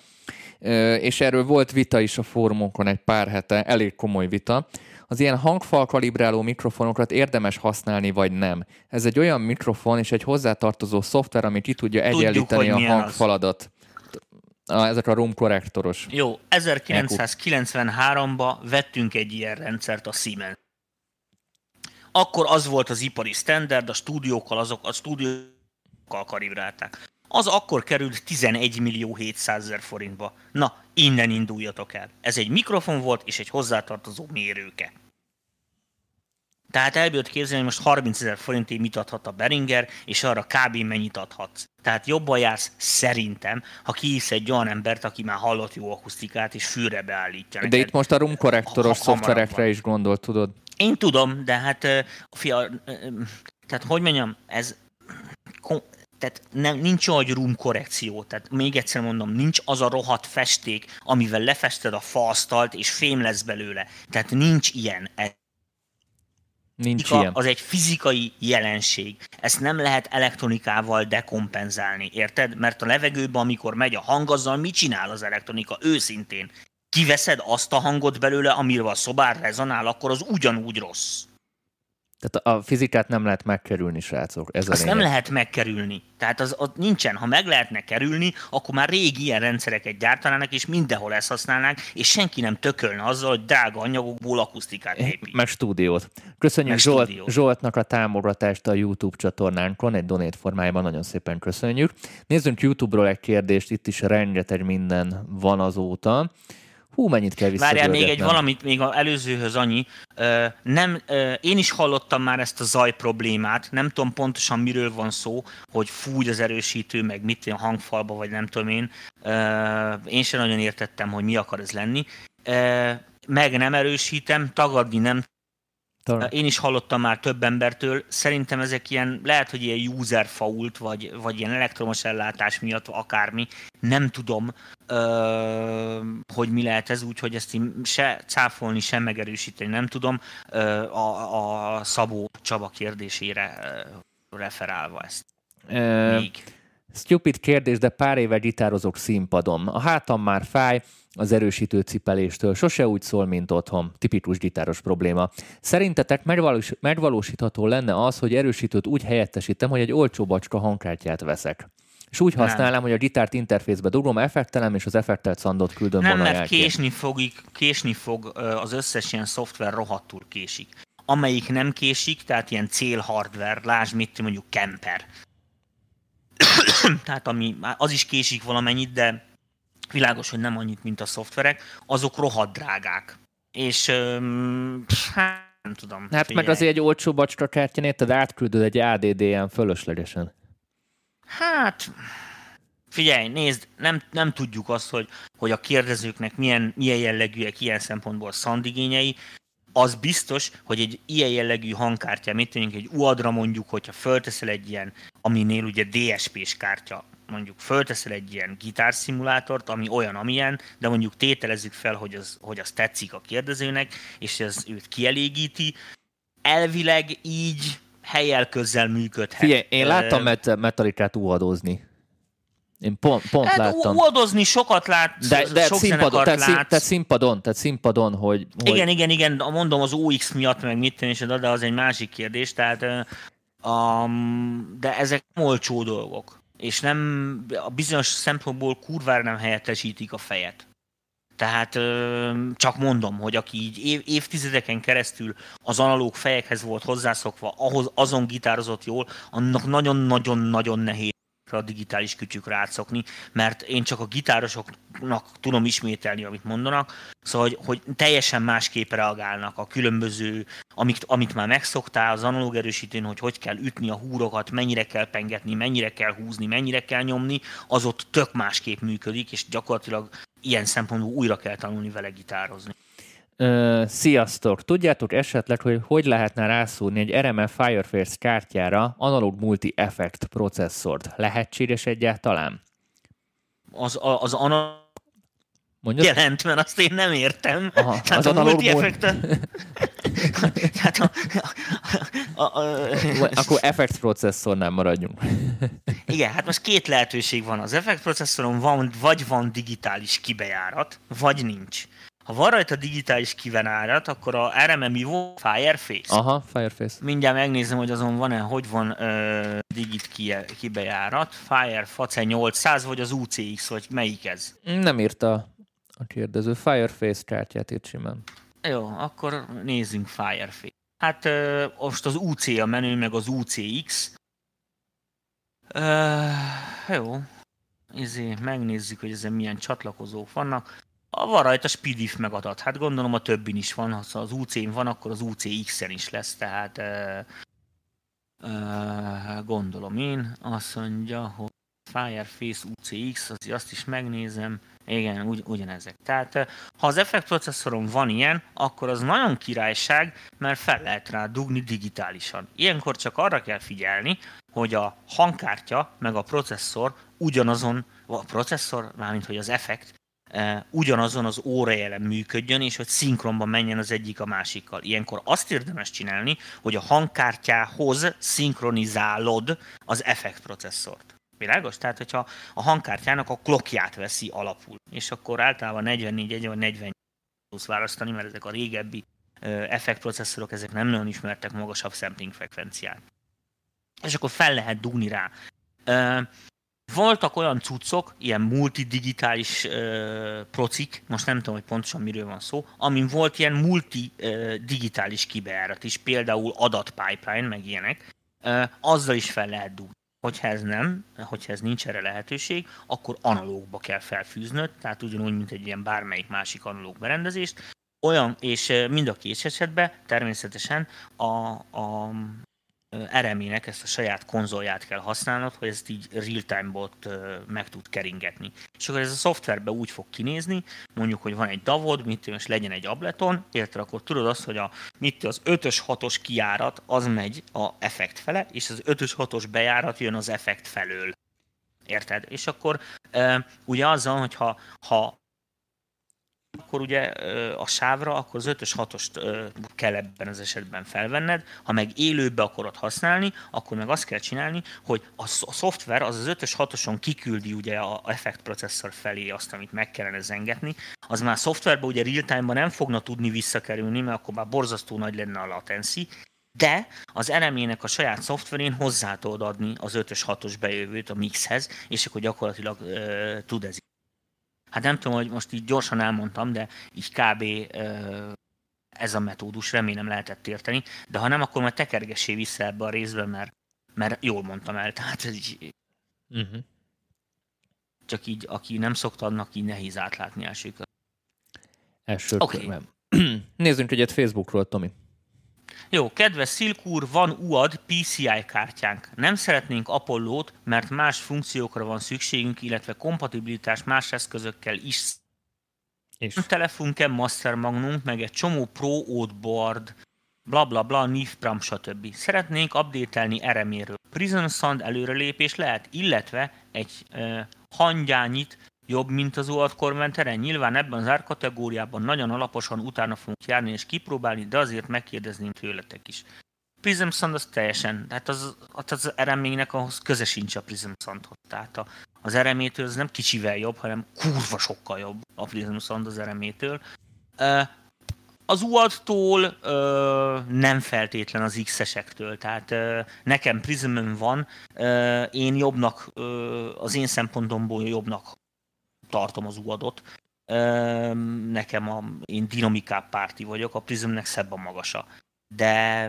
És erről volt vita is a fórumokon egy pár hete, elég komoly vita. Az ilyen hangfal kalibráló mikrofonokat érdemes használni, vagy nem? Ez egy olyan mikrofon és egy hozzátartozó szoftver, ami ki tudja egyenlíteni a hangfaladat. Ezek a room korrektoros. Jó, 1993-ban vettünk egy ilyen rendszert a Siemens. Akkor az volt az ipari standard, a stúdiókkal kalibrálták. Az akkor került 11 700 000 forintba. Na, innen induljatok el. Ez egy mikrofon volt, és egy hozzátartozó mérőke. Tehát el bírod képzelni, hogy most 30 000 forintért mit adhat a Behringer, és arra kb. Mennyit adhatsz. Tehát jobban jársz szerintem, ha kihisz egy olyan embert, aki már hallott jó akusztikát, és fülre beállítja neked. De itt most a room korrektoros szoftverekre is gondol, tudod? Én tudom, de hát, tehát hogy mondjam, ez Tehát nincs olyan, hogy room korrekció. Tehát még egyszer mondom, nincs az a rohadt festék, amivel lefested a faasztalt, és fém lesz belőle. Tehát nincs ilyen. Nincs ilyen. Az egy fizikai jelenség. Ezt nem lehet elektronikával dekompenzálni, érted? Mert a levegőben, amikor megy a hang, azzal mit csinál az elektronika? Őszintén. Kiveszed azt a hangot belőle, amiről a szobár rezonál, akkor az ugyanúgy rossz. Tehát a fizikát nem lehet megkerülni, srácok. Ez azt nem lehet megkerülni. Tehát az nincsen. Ha meg lehetne kerülni, akkor már régi ilyen rendszereket gyártanának, és mindenhol ezt használnák, és senki nem tökölne azzal, hogy drága anyagokból akusztikát épít. Meg stúdiót. Köszönjük Zsoltnak a támogatást a YouTube csatornánkon, egy donate formájában, nagyon szépen köszönjük. Nézzünk YouTube-ról egy kérdést, itt is rengeteg minden van azóta. Hú, mennyit kell visszagörgetnem. Várjál, még egy valamit, még az előzőhöz annyi. Én is hallottam már ezt a zaj problémát, nem tudom pontosan miről van szó, hogy fúj az erősítő, meg mit a hangfalba, vagy nem tudom én. Én sem nagyon értettem, hogy mi akar ez lenni. Meg nem erősítem, tagadni nem. Én is hallottam már több embertől, szerintem ezek ilyen, lehet, hogy ilyen user fault, vagy ilyen elektromos ellátás miatt, akármi, nem tudom, hogy mi lehet ez, úgyhogy ezt én se cáfolni, sem megerősíteni nem tudom, a Szabó Csaba kérdésére referálva ezt. Még. Stupid kérdés, de pár éve gitározok színpadon. A hátam már fáj az erősítő cipeléstől. Sose úgy szól, mint otthon. Tipikus gitáros probléma. Szerintetek megvalósítható lenne az, hogy erősítőt úgy helyettesítem, hogy egy olcsó bacska hangkártyát veszek? És úgy használom, hogy a gitárt interfészbe dugom, effektelem, és az effektelt szandot küldöm nem, mert késni fog az összes ilyen szoftver, rohadtul késik. Amelyik nem késik, tehát ilyen célhardware, lásd mit, mondjuk Kemper. Tehát az is késik valamennyit, de világos, hogy nem annyit, mint a szoftverek, azok rohadt drágák. És hát nem tudom. Hát figyelj. Meg azért egy olcsó bacska kártyán, érted, átküldöd egy ADD-en fölöslegesen. Hát figyelj, nézd, nem tudjuk azt, hogy a kérdezőknek milyen jellegűek ilyen szempontból szandigényei. Az biztos, hogy egy ilyen jellegű hangkártya, mit tudjuk, egy UAD-ra mondjuk, hogyha fölteszel egy ilyen, aminél ugye DSP-s kártya, mondjuk fölteszel egy ilyen gitárszimulátort, ami olyan, amilyen, de mondjuk tételezzük fel, hogy az tetszik a kérdezőnek, és ez őt kielégíti. Elvileg így helyel közel működhet. Figyelj, én láttam Metallicát UAD-ozni. Én pont láttam. UAD-ozni sokat lát, de sok zenekart lát. Tehát színpadon, hogy... Igen, mondom az OX miatt, meg mit tenni, de az egy másik kérdés, tehát de ezek nem olcsó dolgok, és nem, a bizonyos szempontból kurvára nem helyettesítik a fejet. Tehát csak mondom, hogy aki így évtizedeken keresztül az analóg fejekhez volt hozzászokva, azon gitározott jól, annak nagyon-nagyon-nagyon nehéz a digitális kütyükre átszokni, mert én csak a gitárosoknak tudom ismételni, amit mondanak, szóval, hogy teljesen másképp reagálnak a különböző, amit már megszoktál az analóg erősítőn, hogy kell ütni a húrokat, mennyire kell pengetni, mennyire kell húzni, mennyire kell nyomni, az ott tök másképp működik, és gyakorlatilag ilyen szempontból újra kell tanulni vele gitározni. Sziasztok! Tudjátok esetleg, hogy lehetne rászúrni egy RMF Fireface kártyára analóg multi-effekt processzort? Lehetséges egyáltalán? Az analóg jelent, mert azt én nem értem. Aha, tehát a multi-effekt... Akkor effekt processzornál maradjunk. Igen, hát most két lehetőség van. Az effekt processzoron vagy van digitális kibejárat, vagy nincs. Ha van rajta digitális kibejárat, akkor a RMM Evo Fireface. Aha, Fireface. Mindjárt megnézem, hogy azon van-e, hogy van digit kibejárat. Fireface 800, vagy az UCX, vagy melyik ez? Nem írta a kérdező. Fireface kártyát írt simán. Jó, akkor nézzünk Fireface. Hát most az UC a menü, meg az UCX. Jó. Megnézzük, hogy ezen milyen csatlakozók vannak. Van rajta SPDIF megadat. Hát gondolom a többin is van. Ha az UC-n van, akkor az UCX-en is lesz. Tehát gondolom én. Azt mondja, hogy Fireface UCX, azt is megnézem. Igen, ugyanezek. Tehát ha az effektprocesszoron van ilyen, akkor az nagyon királyság, mert fel lehet rá dugni digitálisan. Ilyenkor csak arra kell figyelni, hogy a hangkártya meg a processzor ugyanazon, a processzor, mármint hogy az effekt, ugyanazon az órajelen működjön, és hogy szinkronban menjen az egyik a másikkal. Ilyenkor azt érdemes csinálni, hogy a hangkártyához szinkronizálod az effektprocesszort. Világos? Tehát, hogyha a hangkártyának a klokkját veszi alapul, és akkor általában 44 vagy 48 tudsz választani, mert ezek a régebbi effektprocesszorok, ezek nem nagyon ismertek magasabb sampling frekvenciát. És akkor fel lehet dugni rá. Voltak olyan cuccok, ilyen multidigitális procik, most nem tudom, hogy pontosan miről van szó, amin volt ilyen multidigitális kibejárat is, például adatpipeline, meg ilyenek, azzal is fel lehet dugni. Hogyha ez nincs erre lehetőség, akkor analógba kell felfűznöd, tehát ugyanúgy, mint egy ilyen bármelyik másik analóg berendezést. Olyan, és mind a két esetben természetesen a RME-nek ezt a saját konzolját kell használnod, hogy ezt így real-time-bot meg tud keringetni. És akkor ez a szoftverben úgy fog kinézni, mondjuk, hogy van egy davod, most legyen egy Ableton, érted, akkor tudod azt, hogy az 5-ös 6-os kijárat az megy a effekt fele, és az 5-ös 6-os bejárat jön az effekt felől. Érted? És akkor ugye azzal, hogy ha akkor ugye a sávra, akkor az 5-ös 6-ost kell ebben az esetben felvenned, ha meg élőbe akarod használni, akkor meg azt kell csinálni, hogy a szoftver az 5-ös 6-oson kiküldi ugye a effektprocesszor felé azt, amit meg kellene zengetni, az már a szoftverben ugye real-time-ban nem fogna tudni visszakerülni, mert akkor már borzasztó nagy lenne a latency, de az RME-nek a saját szoftverén hozzá tudod adni az 5-ös 6-os bejövőt a mixhez, és akkor gyakorlatilag tud ez. Hát nem tudom, hogy most így gyorsan elmondtam, de így kb. Ez a metódus, remélem lehetett érteni, de ha nem, akkor majd tekergessé vissza ebbe a részbe, mert jól mondtam el, tehát ez így... Csak így, aki nem szokta, annak így nehéz átlátni első körben. Nézzünk egyet Facebookról, Tomi. Jó, kedves Szilk úr, van UAD PCI kártyánk. Nem szeretnénk Apollót, mert más funkciókra van szükségünk, illetve kompatibilitás más eszközökkel is. Telefunken, Master Magnum, meg egy csomó Pro Outboard, blablabla, NIF-Pram, stb. Szeretnénk update-elni RME-ről. Prism Sound előrelépés lehet, illetve egy hangyányit jobb, mint az UAD Converteren. Nyilván ebben az árkategóriában nagyon alaposan utána fogunk járni és kipróbálni, de azért megkérdezném tőletek is. Prism Sound az teljesen, tehát az RME-nek ahhoz köze sincs a Prism Soundhoz. Tehát az RME-től az nem kicsivel jobb, hanem kurva sokkal jobb a Prism Sound az RME-től. Az UAD-tól nem feltétlen az X-esektől, tehát nekem Prism-ön van, én jobbnak, az én szempontomból jobbnak tartom az UAD-ot. Nekem én dinamikább párti vagyok, a Prismnek szebb a magasa. De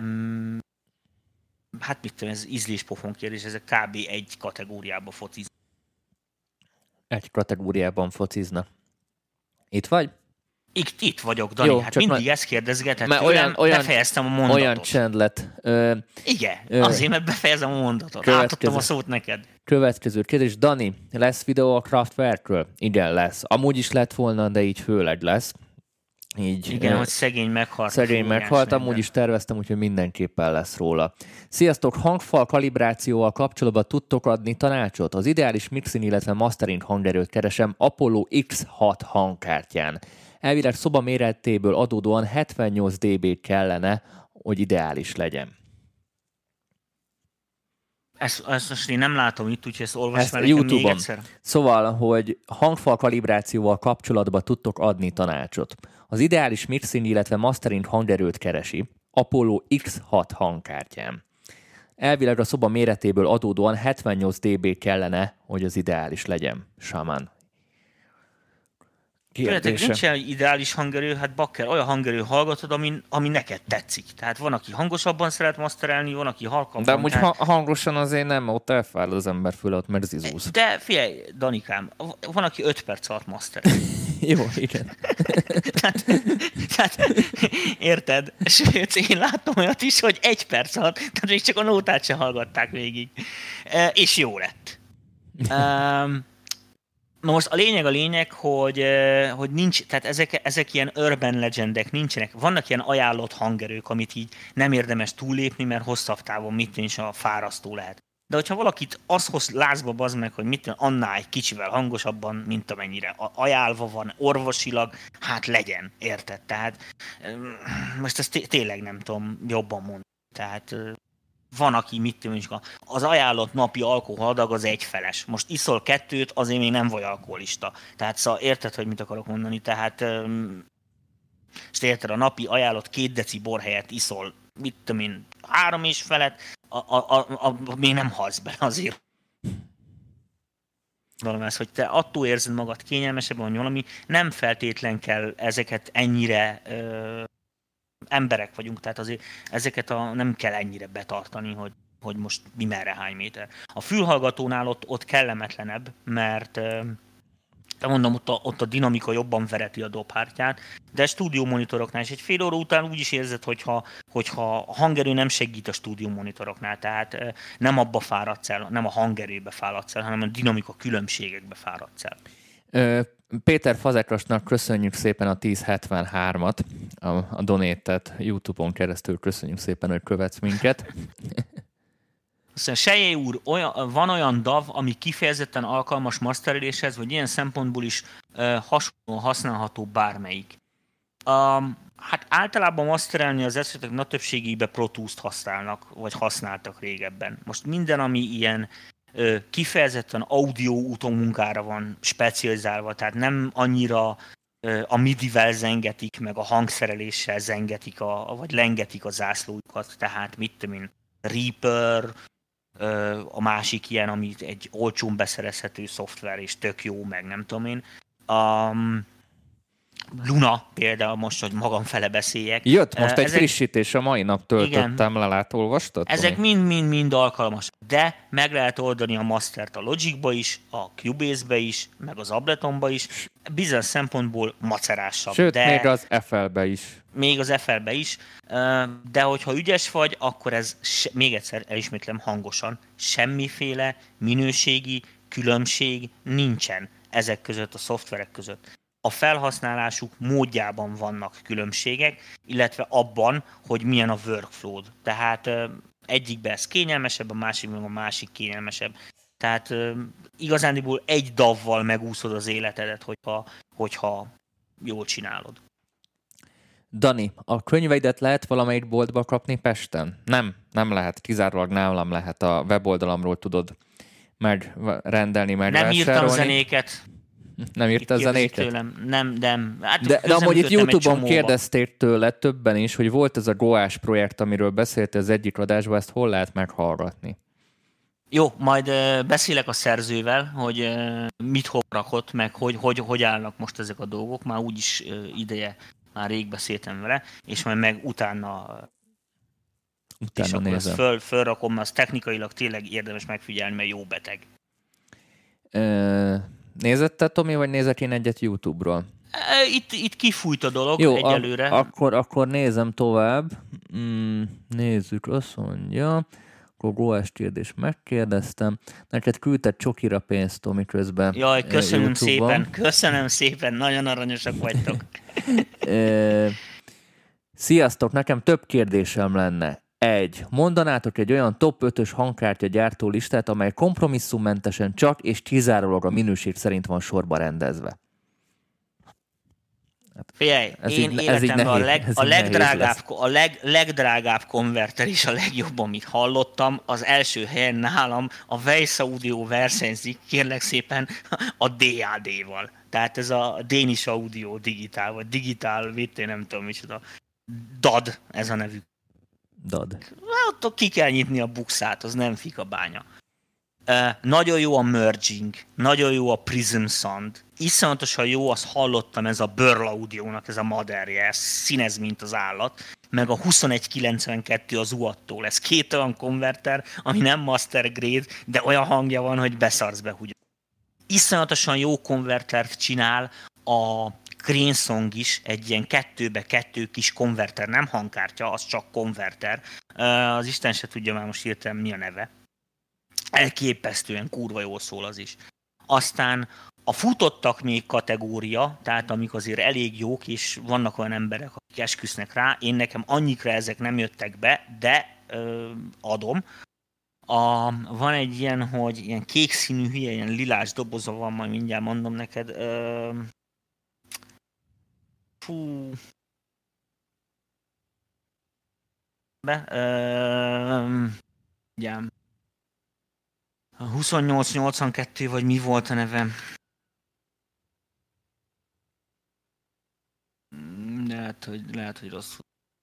hát mit tudom, ez ízléspofon kérdés, ezek kb. Egy kategóriában fociznak. Egy kategóriában focizna. Itt vagy? Itt vagyok, Dani, jó, hát mindig ezt kérdezgetett tőlem, befejeztem a mondatot. Olyan csend lett. Igen, azért, mert befejezem a mondatot. Átadtam a szót neked. Következő kérdés. Dani, lesz videó a Kraftwerkről? Igen, lesz. Amúgy is lett volna, de így főleg lesz. Így, igen, hogy szegény meghalt. Szegény meghalt, amúgy is terveztem, úgyhogy mindenképpen lesz róla. Sziasztok, hangfal kalibrációval kapcsolatban tudtok adni tanácsot? Az ideális mixing, illetve mastering hangerőt keresem Apollo X6 hangkártyán. Elvileg szoba méretéből adódóan 78 dB kellene, hogy ideális legyen. Ezt most én nem látom itt, úgyhogy ezt olvasd fel nekem még egyszer. Szóval, hogy hangfal kalibrációval kapcsolatban tudtok adni tanácsot. Az ideális mixing, illetve mastering hangerőt keresi Apollo X6 hangkártyán. Elvileg a szoba méretéből adódóan 78 dB kellene, hogy az ideális legyen. Shaman. Kérdése. Nincs egy ideális hangerő, hát bakker, olyan hangerő hallgatod, ami neked tetszik. Tehát van, aki hangosabban szeret masterelni, van, aki halkabban. De amúgy hangosan azért nem, ott elfáll az ember fölött, mert zizúz. De figyelj, Danikám, van, aki 5 perc alatt masterel. Jó, igen. tehát, érted? Sőt, én láttam olyat is, hogy 1 perc alatt, tehát még csak a nótát se hallgatták végig. És jó lett. Na most a lényeg, hogy nincs, tehát ezek ilyen urban legendek nincsenek. Vannak ilyen ajánlott hangerők, amit így nem érdemes túllépni, mert hosszabb távon is a fárasztó lehet. De hogyha valakit az hoz lázba bazd meg, hogy annál egy kicsivel hangosabban, mint amennyire ajánlva van orvosilag, hát legyen, érted? Tehát most ezt tényleg nem tudom jobban mondani. Tehát van, aki az ajánlott napi alkoholadag az egyfeles. Most iszol 2, azért még nem vagy alkoholista. Tehát szóval érted, hogy mit akarok mondani? Tehát és érted, a napi ajánlott 2 deci bor helyett iszol, 3 és felett, még nem halsz bele azért. Valamás, hogy te attól érzed magad kényelmesebben, hogy valami nem feltétlen kell ezeket ennyire emberek vagyunk, tehát azért ezeket nem kell ennyire betartani, hogy most mi merre hány méter. A fülhallgatónál ott kellemetlenebb, mert mondom, ott a dinamika jobban vereti a dobhártyát, de stúdiómonitoroknál is egy fél óra után úgy is érzed, hogyha a hangerő nem segít a stúdiómonitoroknál, tehát nem abba fáradsz el, nem a hangerőbe fáradsz el, hanem a dinamika különbségekbe fáradsz el. Péter Fazekrasnak köszönjük szépen a 1073-at, a donate-et YouTube-on keresztül köszönjük szépen, hogy követsz minket. Sejjé úr, van olyan DAW, ami kifejezetten alkalmas mastereléshez, vagy ilyen szempontból is hasonló használható bármelyik? Hát általában masterelni az esetek nagy többségében Pro Tools-t használnak, vagy használtak régebben. Most minden, ami ilyen kifejezetten audio utómunkára van specializálva, tehát nem annyira a MIDI-vel zengetik, meg a hangszereléssel zengetik, vagy lengetik a zászlójukat, tehát Reaper, a másik ilyen, amit egy olcsón beszerezhető szoftver, és tök jó, meg nem tudom én. Luna például most, hogy magam fele beszéljek. Jött most egy frissítés, a mai nap töltöttem le, olvastad? Ezek mind alkalmas, de meg lehet oldani a mastert a Logicba is, a Cubase-be is, meg az Abletonba is, bizonyos szempontból macerásabb. Sőt, de még az FL-be is. Még az FL-be is, de hogyha ügyes vagy, akkor ez, még egyszer elismétlem hangosan, semmiféle minőségi különbség nincsen ezek között, a szoftverek között. A felhasználásuk módjában vannak különbségek, illetve abban, hogy milyen a workflow. Tehát egyikben ez kényelmesebb, a másikban a másik kényelmesebb. Tehát igazándiból egy DAW-val megúszod az életedet, hogyha jól csinálod. Dani, a könyveidet lehet valamelyik boltba kapni Pesten? Nem lehet, kizárólag nálam lehet, a weboldalamról tudod megrendelni, megvásárolni. Nem írtam zenéket. Nem írtál zenéket? Nem. Hát de amúgy itt YouTube-on kérdezték tőle többen is, hogy volt ez a Goás projekt, amiről beszéltél az egyik adásban, ezt hol lehet meghallgatni? Jó, majd beszélek a szerzővel, hogy mit hol rakott, meg hogy állnak most ezek a dolgok. Már úgyis ideje, már rég beszéltem vele, és majd meg utána nézem. Fölrakom, mert az technikailag tényleg érdemes megfigyelni, mert jó beteg. Nézed te, Tomi, vagy nézek én egyet YouTube-ról? Itt kifújt a dolog. Jó, egyelőre. Akkor nézem tovább. Nézzük, azt mondja. Akkor Goás kérdést megkérdeztem. Neked küldted csokira pénzt, Tomi, közben. Jaj, köszönöm szépen, nagyon aranyosak vagytok. Sziasztok, nekem több kérdésem lenne. Mondanátok egy olyan top 5-ös hangkártya gyártó listát, amely kompromisszummentesen csak és kizárólag a minőség szerint van sorba rendezve. Figyelj, én életemben a legdrágább konverter és a legjobb, amit hallottam, az első helyen nálam a Weiss Audio versenyzik, kérlek szépen, a DAD-val. Tehát ez a Danish Audio Digital, vagy Digital, nem tudom micsoda. DAD, ez a nevük. DAD. Ott ki kell nyitni a bukszát, az nem fikabánya. Nagyon jó a merging, nagyon jó a Prism Sound. Iszonyatosan jó, azt hallottam, ez a Burl Audio-nak, ez a maderje, ez színez, mint az állat. Meg a 2192 az UAD-tól. Ez 2 olyan konverter, ami nem master grade, de olyan hangja van, hogy beszarsz be, hogy iszonyatosan jó konvertert csinál a Greensong is, egy ilyen 2x2 kis konverter, nem hangkártya, az csak konverter. Az Isten se tudja már most hirtelen mi a neve. Elképesztően kurva jól szól az is. Aztán A futottak még kategória, tehát amik azért elég jók, és vannak olyan emberek, akik esküsznek rá, én nekem annyikra ezek nem jöttek be, de adom. Van egy ilyen, hogy ilyen kék színű hülye, ilyen lilás doboza van, majd mindjárt mondom neked. Ugye, 2882, vagy mi volt a neve? Lehet, hogy rosszul.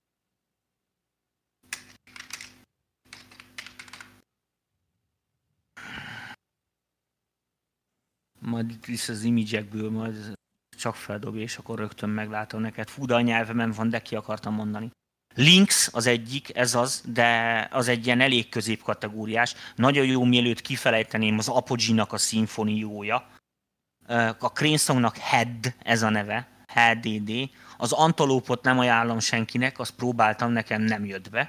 Majd itt vissza az image-ekből, majd csak feldobja, és akkor rögtön meglátom neked. Fú, de a nyelvemen van, de ki akartam mondani. Lynx az egyik, ez az, de az egy ilyen elég középkategóriás. Nagyon jó, mielőtt kifelejteném, az Apogee-nak a szimfoniója. A Crane Songnak Head, ez a neve, HDD. Az Antalópot nem ajánlom senkinek, azt próbáltam, nekem nem jött be.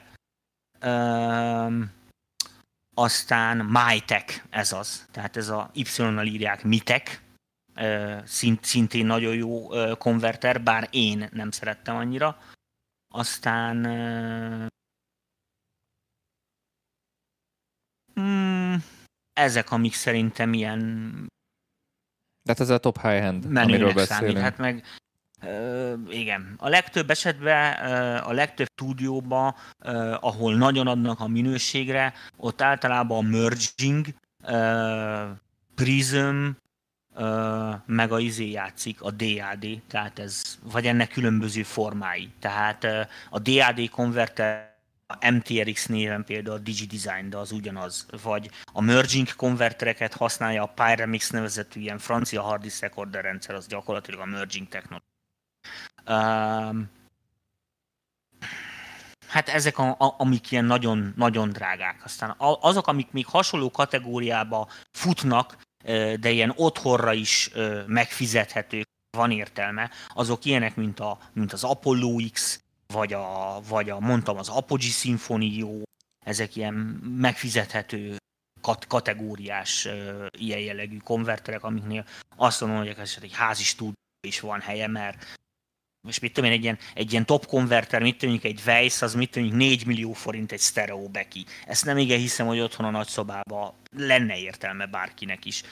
Aztán MyTech, ez az, tehát ez a Y-nal írják MiTech, szintén nagyon jó konverter, bár én nem szerettem annyira. Aztán ezek, amik szerintem ilyen... Tehát ez a top high-end, amiről beszélünk. Hát meg igen. A legtöbb esetben, a legtöbb stúdióban, ahol nagyon adnak a minőségre, ott általában a merging, Prism, meg a játszik, a DAD, tehát ez, vagy ennek különböző formái. Tehát a DAD konverter, a MTRX néven például a DigiDesign, de az ugyanaz, vagy a merging konvertereket használja a Pyramix nevezetű ilyen francia hard disk recorder rendszer, az gyakorlatilag a merging technológia. Hát ezek, amik ilyen nagyon, nagyon drágák. Aztán azok, amik még hasonló kategóriába futnak, de ilyen otthonra is megfizethetők, van értelme, azok ilyenek, mint az Apollo X, vagy mondtam, az Apogee Sinfonio, ezek ilyen megfizethető kategóriás ilyen jellegű konverterek, amiknél azt mondom, hogy egy házi stúdió is van helye, mert most mit tudom én, egy ilyen top konverter, mit tudjuk, egy Weiss, az mit tudjuk, 4 millió forint egy stereo beki. Ezt nem igen hiszem, hogy otthon a nagyszobában lenne értelme bárkinek is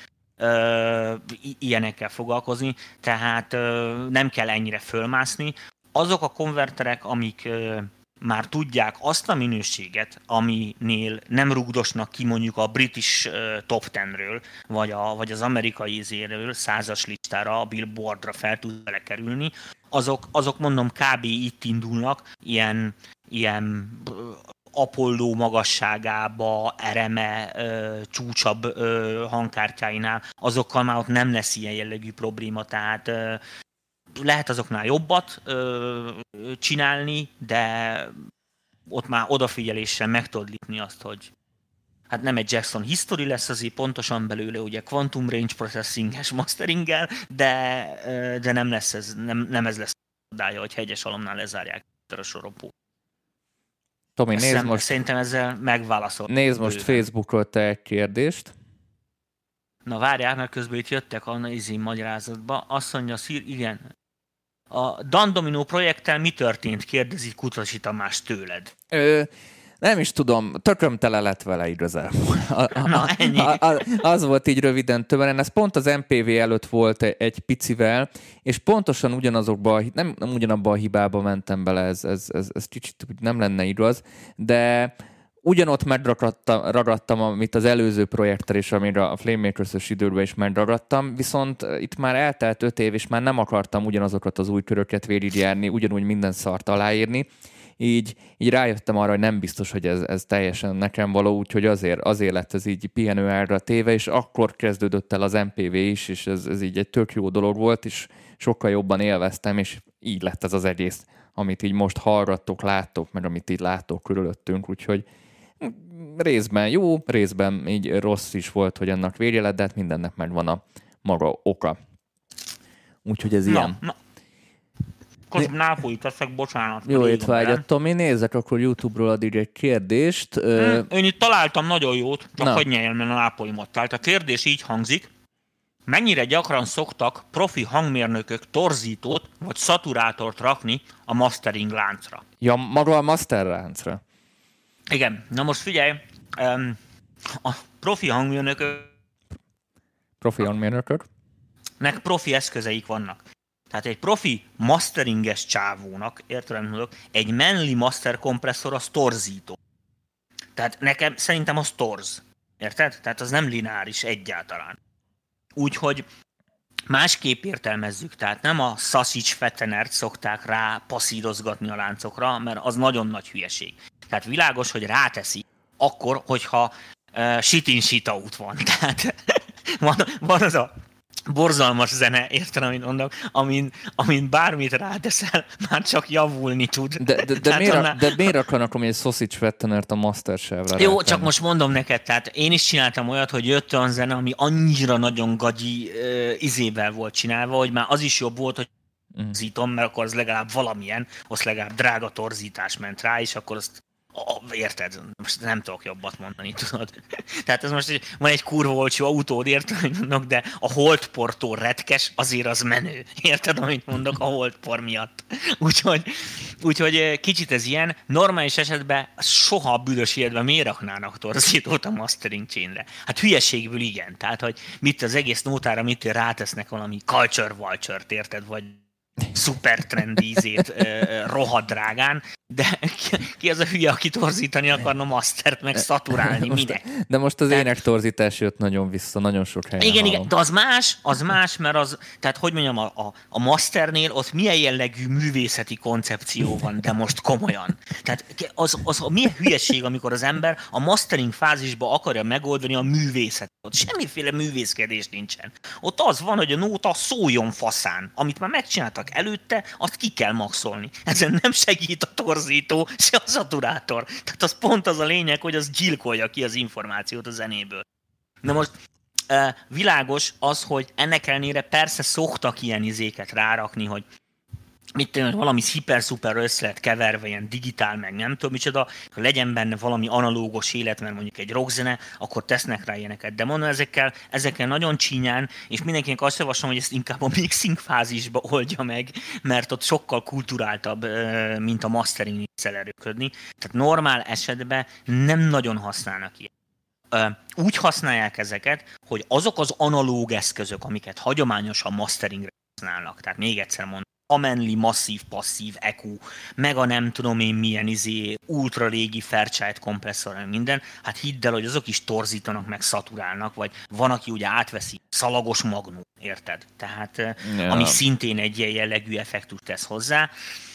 ilyenekkel foglalkozni, tehát nem kell ennyire fölmászni. Azok a konverterek, amik már tudják azt a minőséget, aminél nem rugdosnak ki mondjuk a British Top 10-ről, vagy az amerikai izéről 100-as listára, a Billboardra fel tud belekerülni, azok mondom kb. Itt indulnak, ilyen Apollo magasságába, RME csúcsabb hangkártyáinál, azokkal már ott nem lesz ilyen jellegű probléma, tehát lehet azoknál jobbat csinálni, de ott már odafigyeléssel meg tudod lépni azt, hogy hát nem egy Jackson History lesz azért pontosan belőle, ugye Quantum Range Processing-es masteringgel, de nem lesz ez, nem ez lesz odája, hogy hegyes alomnál lezárják a soropó. Tomi, szerintem ezzel megválaszol. Nézd most Facebookról te egy kérdést. Na várjál, mert közben itt jöttek a magyarázatba. Azt mondja igen. A Dan Domino projekttel mi történt? Kérdezi Kutasi Tamás tőled. Nem is tudom, tököm tele lett vele igazából. Ennyi. Az volt így röviden többen. Ez pont az MPV előtt volt egy picivel, és pontosan ugyanazokban, nem ugyanabban a hibába mentem bele, ez kicsit nem lenne igaz, de ugyanott megragadtam, amit az előző projekttel és amire a Flamemakers-ös időben is megragadtam, viszont itt már eltelt 5 év, és már nem akartam ugyanazokat az új köröket végigjárni, ugyanúgy minden szart aláírni. Így rájöttem arra, hogy nem biztos, hogy ez teljesen nekem való, úgyhogy azért lett ez így pihenőárra téve, és akkor kezdődött el az MPV is, és ez így egy tök jó dolog volt, és sokkal jobban élveztem, és így lett ez az egész, amit így most hallgattok, láttok, meg amit így láttok körülöttünk, úgyhogy részben jó, részben így rossz is volt, hogy annak vége lett, de hát mindennek megvan a maga oka. Úgyhogy ez ilyen. Akkor Nápolyt teszek, bocsánat. Jó étvágyat, Tomi, nézzek akkor YouTube-ról addig egy kérdést. Én itt találtam nagyon jót, csak hagyj nyeljen, mert a Nápolyimat. Tehát a kérdés így hangzik, mennyire gyakran szoktak profi hangmérnökök torzítót vagy szaturátort rakni a mastering láncra? Ja, maga a master láncra. Igen, na most figyelj, a profi hangmérnökök nek profi eszközeik vannak. Tehát egy profi masteringes csávónak, értelemben egy Manley master kompresszor az torzító. Tehát nekem szerintem az torz. Érted? Tehát az nem lineáris egyáltalán. Úgyhogy másképp értelmezzük. Tehát nem a sausage fattenert szokták rá passzírozgatni a láncokra, mert az nagyon nagy hülyeség. Tehát világos, hogy ráteszi akkor, hogyha sit-in-sit-out van. Tehát van az a borzalmas zene, érted, amit mondok, amin bármit ráteszel, már csak javulni tud. De miért akarnak egy sausage fattenert a master sávra? Jó, rátenni? Csak most mondom neked, tehát én is csináltam olyat, hogy jött olyan zene, ami annyira nagyon gagyi izével volt csinálva, hogy már az is jobb volt, hogy torzítom, mert akkor az legalább valamilyen, az legalább drága torzítás ment rá, és akkor azt érted? Most nem tudok jobbat mondani, tudod? Tehát ez most van egy kurva olcsó autód, érted, amit mondok, de a holdportól retkes, azért az menő. Érted, amit mondok, a holdpor miatt. Úgyhogy kicsit ez ilyen. Normális esetben soha a büdös életben miért raknának torzítót a mastering chainre? Hát hülyeségből igen. Tehát, hogy mit az egész nótára mit rátesznek valami culture-vulture-t, érted? Vagy szuper trendi ízét rohadt drágán, de ki az a hülye, aki torzítani akarna mastert, meg szaturálni, minek? De most az énektorzítás jött nagyon vissza, nagyon sok helyen Igen, de az más, mert az, tehát hogy mondjam, a masternél ott milyen jellegű művészeti koncepció van, de most komolyan. Tehát az milyen hülyeség, amikor az ember a mastering fázisba akarja megoldani a művészetet. Ott semmiféle művészkedés nincsen. Ott az van, hogy a nóta szóljon faszán. Amit már megcsináltak előtte, azt ki kell maxolni. Ezen nem segít a torzító, se a szaturátor. Tehát az pont az a lényeg, hogy az gyilkolja ki az információt a zenéből. Na most világos az, hogy ennek ellenére persze szoktak ilyen izéket rárakni, hogy mit tudom, valami hiper-szuper össze lett keverve, ilyen digitál, meg nem tudom micsoda, ha legyen benne valami analógos élet, mert mondjuk egy rockzene, akkor tesznek rá ilyeneket. De mondom, ezekkel nagyon csínyán, és mindenkinek azt javaslom, hogy ezt inkább a mixing fázisba oldja meg, mert ott sokkal kulturáltabb, mint a mastering szelerőködni. Tehát normál esetben nem nagyon használnak ilyen. Úgy használják ezeket, hogy azok az analóg eszközök, amiket hagyományosan masteringre használnak, tehát még egyszer mondom, a Manley masszív, passzív, EQ, meg a nem tudom én milyen ultra régi Fairchild kompresszor, minden, hát hidd el, hogy azok is torzítanak, meg szaturálnak, vagy van, aki ugye átveszi szalagos magnum, érted? Tehát, ami szintén egy ilyen jellegű effektust tesz hozzá.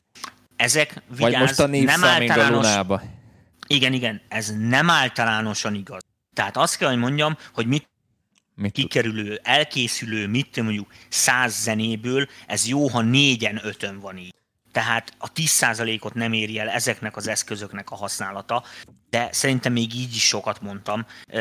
Ezek, vigyázz, nem általános... Igen, ez nem általánosan igaz. Tehát azt kell, hogy mondjam, hogy kikerülő, elkészülő, mondjuk 100 zenéből, ez jó, ha 4-5 van így. Tehát a 10%-ot nem éri el ezeknek az eszközöknek a használata, de szerintem még így is sokat mondtam.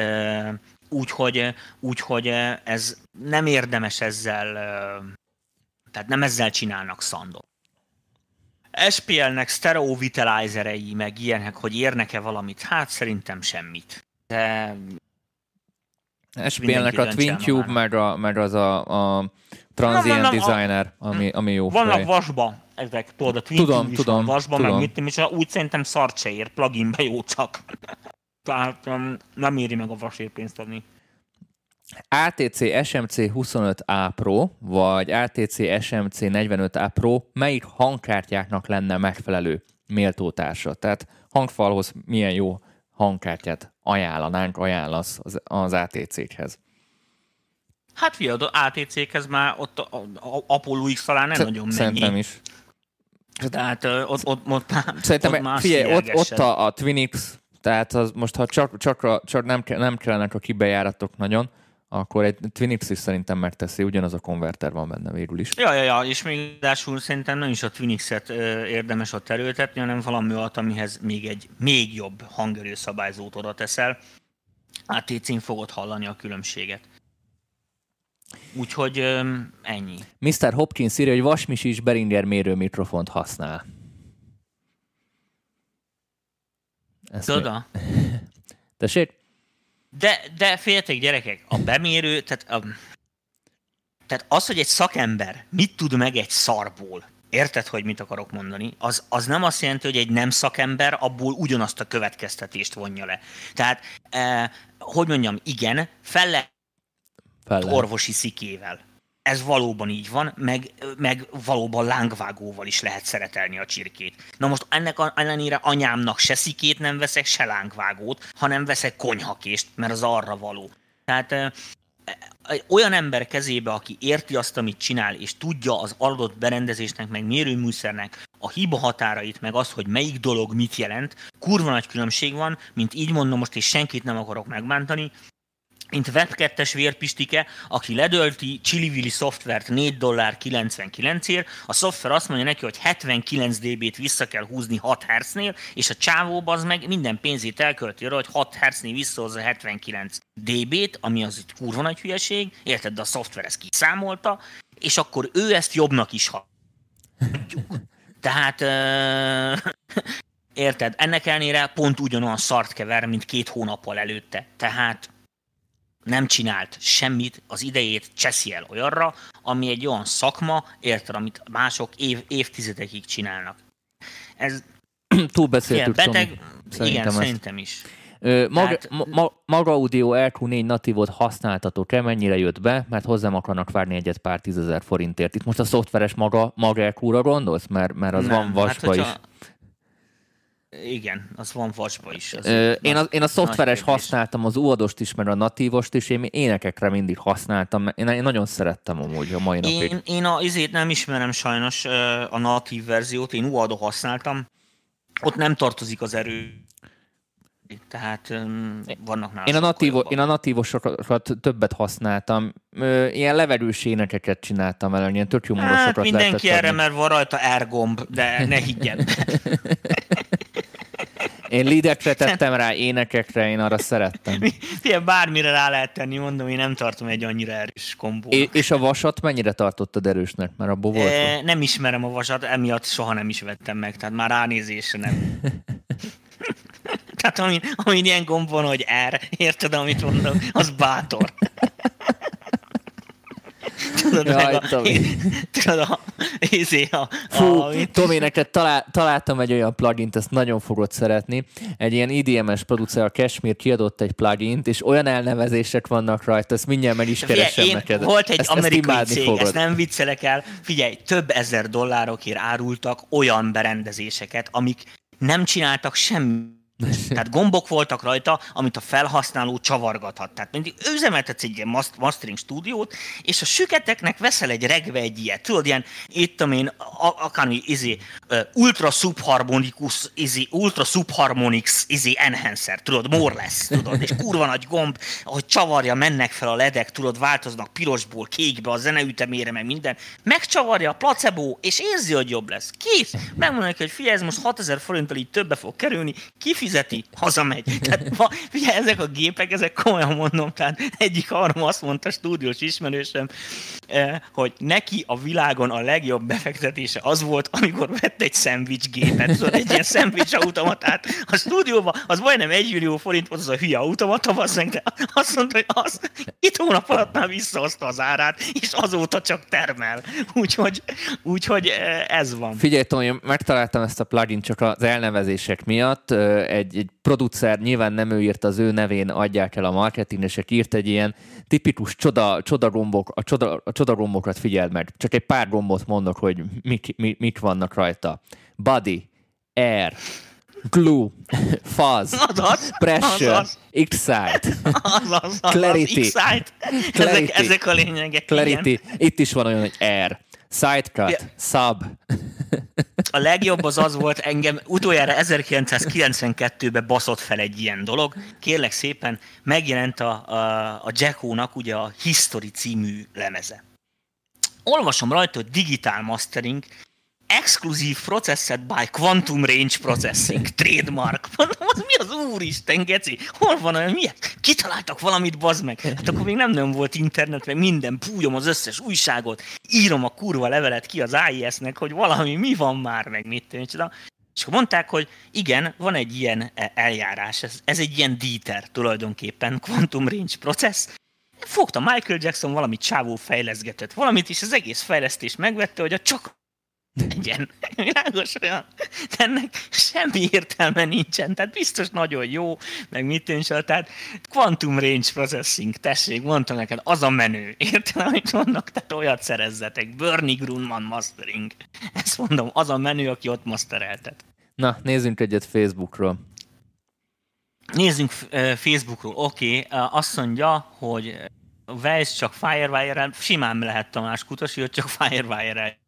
Úgyhogy ez nem érdemes ezzel, tehát nem ezzel csinálnak szandot. SPL-nek stereo vitalizerei, meg ilyenek, hogy érnek-e valamit? Hát szerintem semmit. De SPL-nek a TwinTube, meg az a Transient Designer, ami jó. Vannak vasba ezek, tudod, a TwinTube is van vasba, meg mit, és úgy szerintem szart se ér, pluginbe jó csak. Tehát nem éri meg a vasért pénzt adni. ATC SMC 25A Pro, vagy ATC SMC 45A Pro melyik hangkártyáknak lenne megfelelő méltótársa? Tehát hangfalhoz milyen jó hangkártyát ajánlasz az ATC-khez? Hát figyelj, az ATC-khez már ott a Apollo X talán nem nagyon mennyi. Szerintem is. Tehát ott szerintem, figyelj, ott a Twinix, tehát az most ha csak nem kellenek a kibejáratok nagyon, akkor egy Twinix is szerintem megteszi, ugyanaz a konverter van benne végül is. Ja, és még ráadásul szerintem nem is a Twinix-et érdemes ott erőltetni, hanem valami olyat, amihez még jobb hangerőszabályzót oda teszel. ATC-n fogod hallani a különbséget. Úgyhogy ennyi. Mr. Hopkins írja, hogy Vasmisi is Behringer mérő mikrofont használ. Tudod? Tessék? De féljetek, gyerekek, a bemérő, tehát Tehát az, hogy egy szakember mit tud meg egy szarból, érted, hogy mit akarok mondani, az nem azt jelenti, hogy egy nem szakember abból ugyanazt a következtetést vonja le. Tehát, hogy mondjam, igen, fel lehet orvosi szikével. Ez valóban így van, meg valóban lángvágóval is lehet szeretelni a csirkét. Na most ennek ellenére anyámnak se szikét nem veszek, se lángvágót, hanem veszek konyhakést, mert az arra való. Tehát olyan ember kezébe, aki érti azt, amit csinál, és tudja az adott berendezésnek, meg mérőműszernek a hiba határait, meg azt, hogy melyik dolog mit jelent, kurva nagy különbség van, mint így mondom most, és senkit nem akarok megbántani, mint Web2-es vérpistike, aki ledölti ChiliWilly szoftvert $4.99-ért, a szoftver azt mondja neki, hogy 79 dB-t vissza kell húzni 6 Hz-nél, és a csávóba az meg minden pénzét elkölti arra, hogy 6 Hz-nél visszahozza 79 dB-t, ami az egy kurva nagy hülyeség, érted, de a szoftver ezt kiszámolta, és akkor ő ezt jobbnak is hagyjuk. Tehát... érted, ennek ellenére pont ugyanolyan szart kever, mint 2 hónappal előtte. Tehát nem csinált semmit, az idejét cseszi el olyanra, ami egy olyan szakma, érted, amit mások évtizedekig csinálnak. Ez túlbeszéltük, beteg, igen, szerintem is. Maga Audio RQ4 natívot használtatok -e, mennyire jött be, mert hozzám akarnak várni egyet pár 10 000 forintért. Itt most a szoftveres maga RQ-ra gondolsz? Mert az nem, van vasba is. Igen, az van vasba is. Én a szoftveres használtam, az UAD-ost is, meg a natívost is, én énekekre mindig használtam. Én nagyon szerettem amúgy a mai napig. Én izét nem ismerem sajnos a natív verziót, én UAD-ot használtam. Ott nem tartozik az erő. Tehát vannak nála. Én a natívosokat többet használtam. Ilyen levelős énekeket csináltam el, ilyen tök jó módosokat lehetett mindenki erre, mert van rajta R gomb, de ne higgyem. Én leadekre tettem rá, énekekre, én arra szerettem. Bármire rá lehet tenni, mondom, én nem tartom egy annyira erős kombónak. És a vasat mennyire tartottad erősnek? Mert abból volt? Nem ismerem a vasat, emiatt soha nem is vettem meg, tehát már ránézésre nem. Tehát amin ilyen gomb van, hogy R, érted, amit mondom, az bátor. Tomi, neked találtam egy olyan plugint, ezt nagyon fogod szeretni. Egy ilyen IDM-es producer, a Cashmere kiadott egy plugint, és olyan elnevezések vannak rajta, ezt mindjárt meg is keresem neked. Volt egy amerikai cég, ezt nem viccelek el. Figyelj, több ezer dollárokért árultak olyan berendezéseket, amik nem csináltak semmi. Tehát gombok voltak rajta, amit a felhasználó csavargathat. Tehát mindig üzemeltetsz egy ilyen mastering stúdiót, és a süketeknek veszel egy regve egy ilyet. Tudod, ilyen, akármi, ultra subharmonics, enhancer, tudod, more lesz, tudod, és kurva nagy gomb, ahogy csavarja, mennek fel a ledek, tudod, változnak pirosból kékbe, a zeneütemére, meg minden. Megcsavarja a placebo, és érzi, hogy jobb lesz. Kész! Megmondom neki, hogy figyelj, ez most 6000 forinttal így többe fog kerülni, fizeti, hazamegy. Tehát figyelj, ezek a gépek, ezek komolyan mondom, tehát egyik arra azt mondta, stúdiós ismerősöm, hogy neki a világon a legjobb befektetése az volt, amikor vett egy szendvicsgépet, szóval egy ilyen szendvics automatát a stúdióban, az majdnem 1 millió forint volt az a hülye automata, de azt mondta, hogy az 2 hónap alatt már visszahozta az árát, és azóta csak termel. Úgyhogy ez van. Figyelj, Tomi, megtaláltam ezt a plugin csak az elnevezések miatt. Egy producer, nyilván nem ő írt, az ő nevén adják el a marketingesek, írt egy ilyen tipikus csodagombok, a csodagombokat figyeld meg. Csak egy pár gombot mondok, hogy mik vannak rajta. Body, Air, Glue, Fuzz, Pressure, Excite, Clarity. Ezek a lényegek. Clarity. Igen. Itt is van olyan, hogy Air. Sidecut, Sub. A legjobb az volt, engem utoljára 1992-ben baszott fel egy ilyen dolog. Kérlek szépen, megjelent a Jacko-nak ugye a History című lemeze. Olvasom rajta, hogy Digital Mastering, Exclusive Processed by Quantum Range Processing, trademark. Mondom, az mi az úristen, geci? Hol van olyan, miért? Kitaláltak valamit, bazd meg. Hát akkor még nem volt internet, meg minden, pújom az összes újságot, írom a kurva levelet ki az AIS-nek, hogy valami mi van már, meg mit tűncsoda. És akkor mondták, hogy igen, van egy ilyen eljárás, ez egy ilyen DITER tulajdonképpen, Quantum Range Process. fogta Michael Jackson valamit csávó fejleszgetett valamit, és az egész fejlesztés megvette, hogy a csak legyen. Világos olyan. De ennek semmi értelme nincsen, tehát biztos nagyon jó, meg mit tűncsen, tehát Quantum Range Processing, tessék, mondtam neked, az a menő. Érted, amit mondnak, tehát olyat szerezzetek. Bernie Grunman Mastering. Ezt mondom, az a menő, aki ott mastereltet. Na, nézzünk egyet Facebookról. Nézzünk Facebookról, oké. Azt mondja, hogy Weiss csak Firewire-rel, simán lehet Tamás Kutasi, hogy csak Firewire-rel.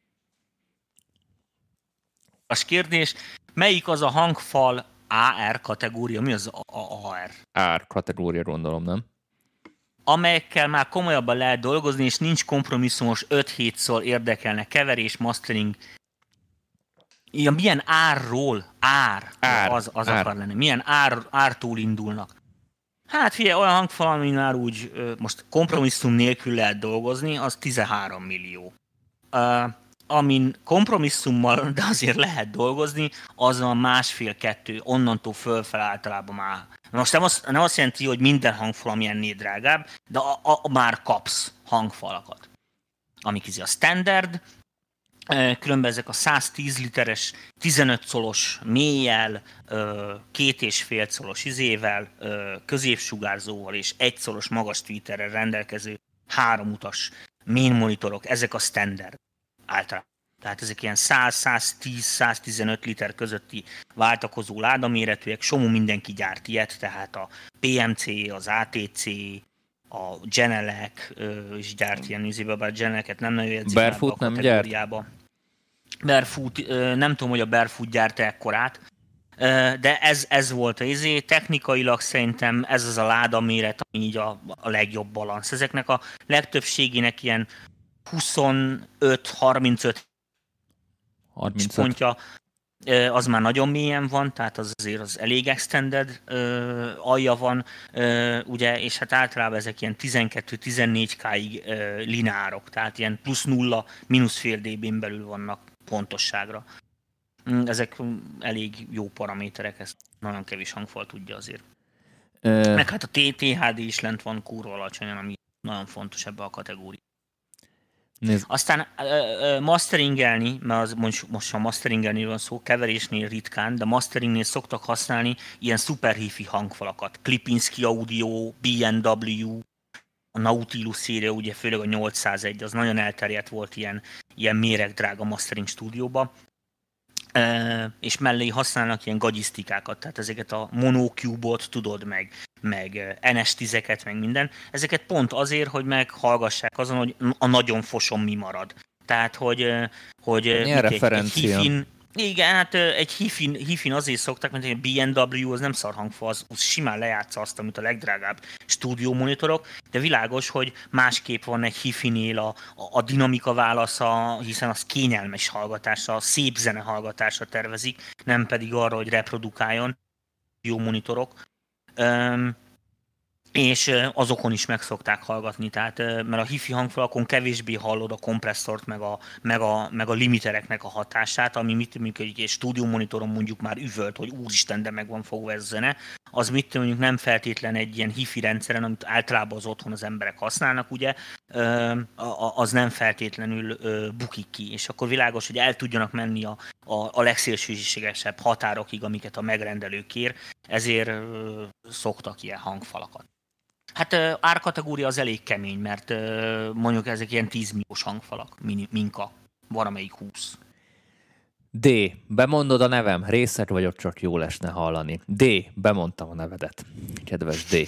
Kérdés, melyik az a hangfal AR kategória? Mi az AR? AR kategória, gondolom, nem? Amelyekkel már komolyabban lehet dolgozni, és nincs kompromisszumos 5-7 szól érdekelne keverés, mastering. Ja, milyen árról? Az akar lenni. Milyen ártól indulnak? Hát figyelj, olyan hangfal, ami már úgy most kompromisszum nélkül lehet dolgozni, az 13 millió. Amin kompromisszummal, de azért lehet dolgozni, az a 1,5-2, onnantól fölfel általában már. Most nem azt jelenti, hogy minden hangfal amilyennél drágább, de már kapsz hangfalakat. Amik a standard, különben ezek a 110 literes, 15 szolos méllyel, 2,5 szolos izével, középsugárzóval és 1 szolos magas tweeterrel rendelkező 3 utas main monitorok, ezek a standard általában. Tehát ezek ilyen 100-110-115 liter közötti váltakozó ládaméretűek, somó mindenki gyárt ilyet, tehát a PMC, az ATC, a Genelec is gyárt ilyen izébe, bár a Genelec-et nem nagyon jegyzik Barefoot a kategóriába. Nem gyárt? Barefoot, nem tudom, hogy a Barefoot gyárt-e ekkorát, de ez volt az izé. Technikailag szerintem ez az a ládaméret, ami így a legjobb balansz. Ezeknek a legtöbbségének ilyen 25-35 pontja, az már nagyon mélyen van, tehát az azért az elég extended alja van, ugye, és hát általában ezek ilyen 12-14K-ig lineárok, tehát ilyen plusz 0, mínusz fél dB-n belül vannak pontosságra. Ezek elég jó paraméterek, ezt nagyon kevés hangfal tudja azért. Meg hát a THD is lent van kurva alacsonyan, ami nagyon fontos ebbe a kategóriában. Nézd. Aztán masteringelni, mert az most a masteringelni van szó, keverésnél ritkán, de masteringnél szoktak használni ilyen szuper hi-fi hangfalakat. Klipinski Audio, B&W, a Nautilus széria, ugye főleg a 801, az nagyon elterjedt volt ilyen méregdrága mastering stúdióba. És mellé használnak ilyen gagyisztikákat, tehát ezeket a monocube-ot tudod meg NS10-eket, meg minden. Ezeket pont azért, hogy meghallgassák azon, hogy a nagyon foson mi marad. Tehát, hogy egy hifin, igen, hát egy hifin azért szoktak, mert egy B&W az nem szar hangfa, az simán lejátsza azt, amit a legdrágább stúdiómonitorok, de világos, hogy másképp van egy hifinél a dinamika válasza, hiszen az kényelmes hallgatásra, szép zene hallgatásra tervezik, nem pedig arra, hogy reprodukáljon jó monitorok. És azokon is meg szokták hallgatni, tehát, mert a hi-fi hangfalakon kevésbé hallod a kompresszort, meg a limitereknek a hatását, ami egy stúdiómonitoron mondjuk már üvölt, hogy úristen, de meg van fogva ez a zene, az mondjuk nem feltétlen egy ilyen hi-fi rendszeren, amit általában az otthon az emberek használnak, ugye, az nem feltétlenül bukik ki, és akkor világos, hogy el tudjanak menni a legszélsőségesebb határokig, amiket a megrendelő kér, ezért szoktak ilyen hangfalakat. Hát árkategória az elég kemény, mert mondjuk ezek ilyen 10 milliós hangfalak, minka, valamelyik 20. D. Bemondod a nevem? Részeg vagyok, csak jó lesne hallani. D. Bemondtam a nevedet. Kedves D.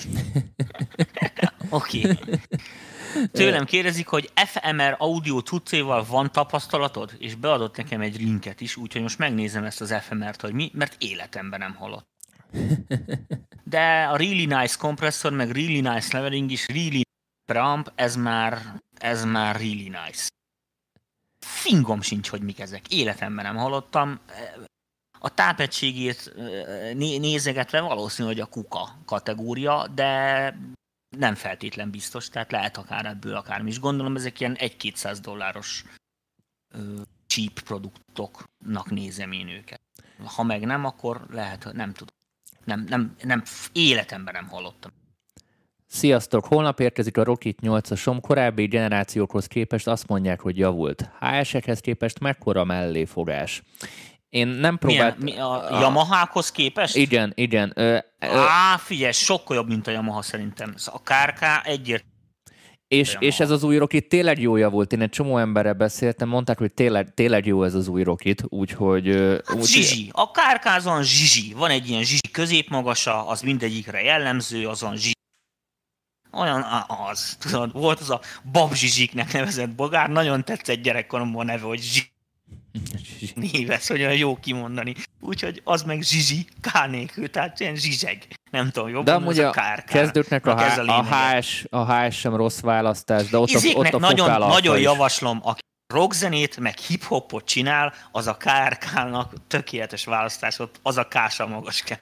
Oké. Tőlem kérdezik, hogy FMR audio cuccéval van tapasztalatod? És beadott nekem egy linket is, úgyhogy most megnézem ezt az FMR-t, hogy mi, mert életemben nem hallott. De a Really Nice kompresszor, meg Really Nice leveling is, Really Preamp, ez már Really Nice. Fingom sincs, hogy mik ezek. Életemben nem hallottam. A tápegységét nézegetve valószínű, hogy a kuka kategória, de nem feltétlen biztos, tehát lehet akár ebből akármi is. Gondolom, ezek ilyen $100-200 cheap produktoknak nézem én őket. Ha meg nem, akkor lehet, nem tudom. Nem, életemben nem hallottam. Sziasztok! Holnap érkezik a Rocket 8-asom, korábbi generációkhoz képest azt mondják, hogy javult. HS-ekhez képest mekkora melléfogás? Én nem próbáltam... A Yamahákhoz képest? Igen. Figyelj, sokkal jobb, mint a Yamaha szerintem. A KRK egyért. És ez az új Rocket tényleg jó javult. Én egy csomó emberrel beszéltem, mondták, hogy tényleg jó ez az új Rocket, úgyhogy... Zsizsi. A KRK azon zsizsi. Van egy ilyen zsizsi középmagasa, az mindegyikre jellemző, azon zsizsi. Olyan az. Tudod, volt az a babzsizsiknek nevezett bogár, nagyon tetszett gyerekkoromban neve, hogy zsizsi. Névesz, hogy olyan jó kimondani. Úgyhogy az meg zsizsi, K nélkül, tehát ilyen zsizseg. Nem tudom, jobban. De amúgy a kezdőknek a HS sem rossz választás, de ott a nagyon javaslom, aki rockzenét, meg hip-hopot csinál, az a KRK-nak tökéletes választás, az a K-sa magas kell.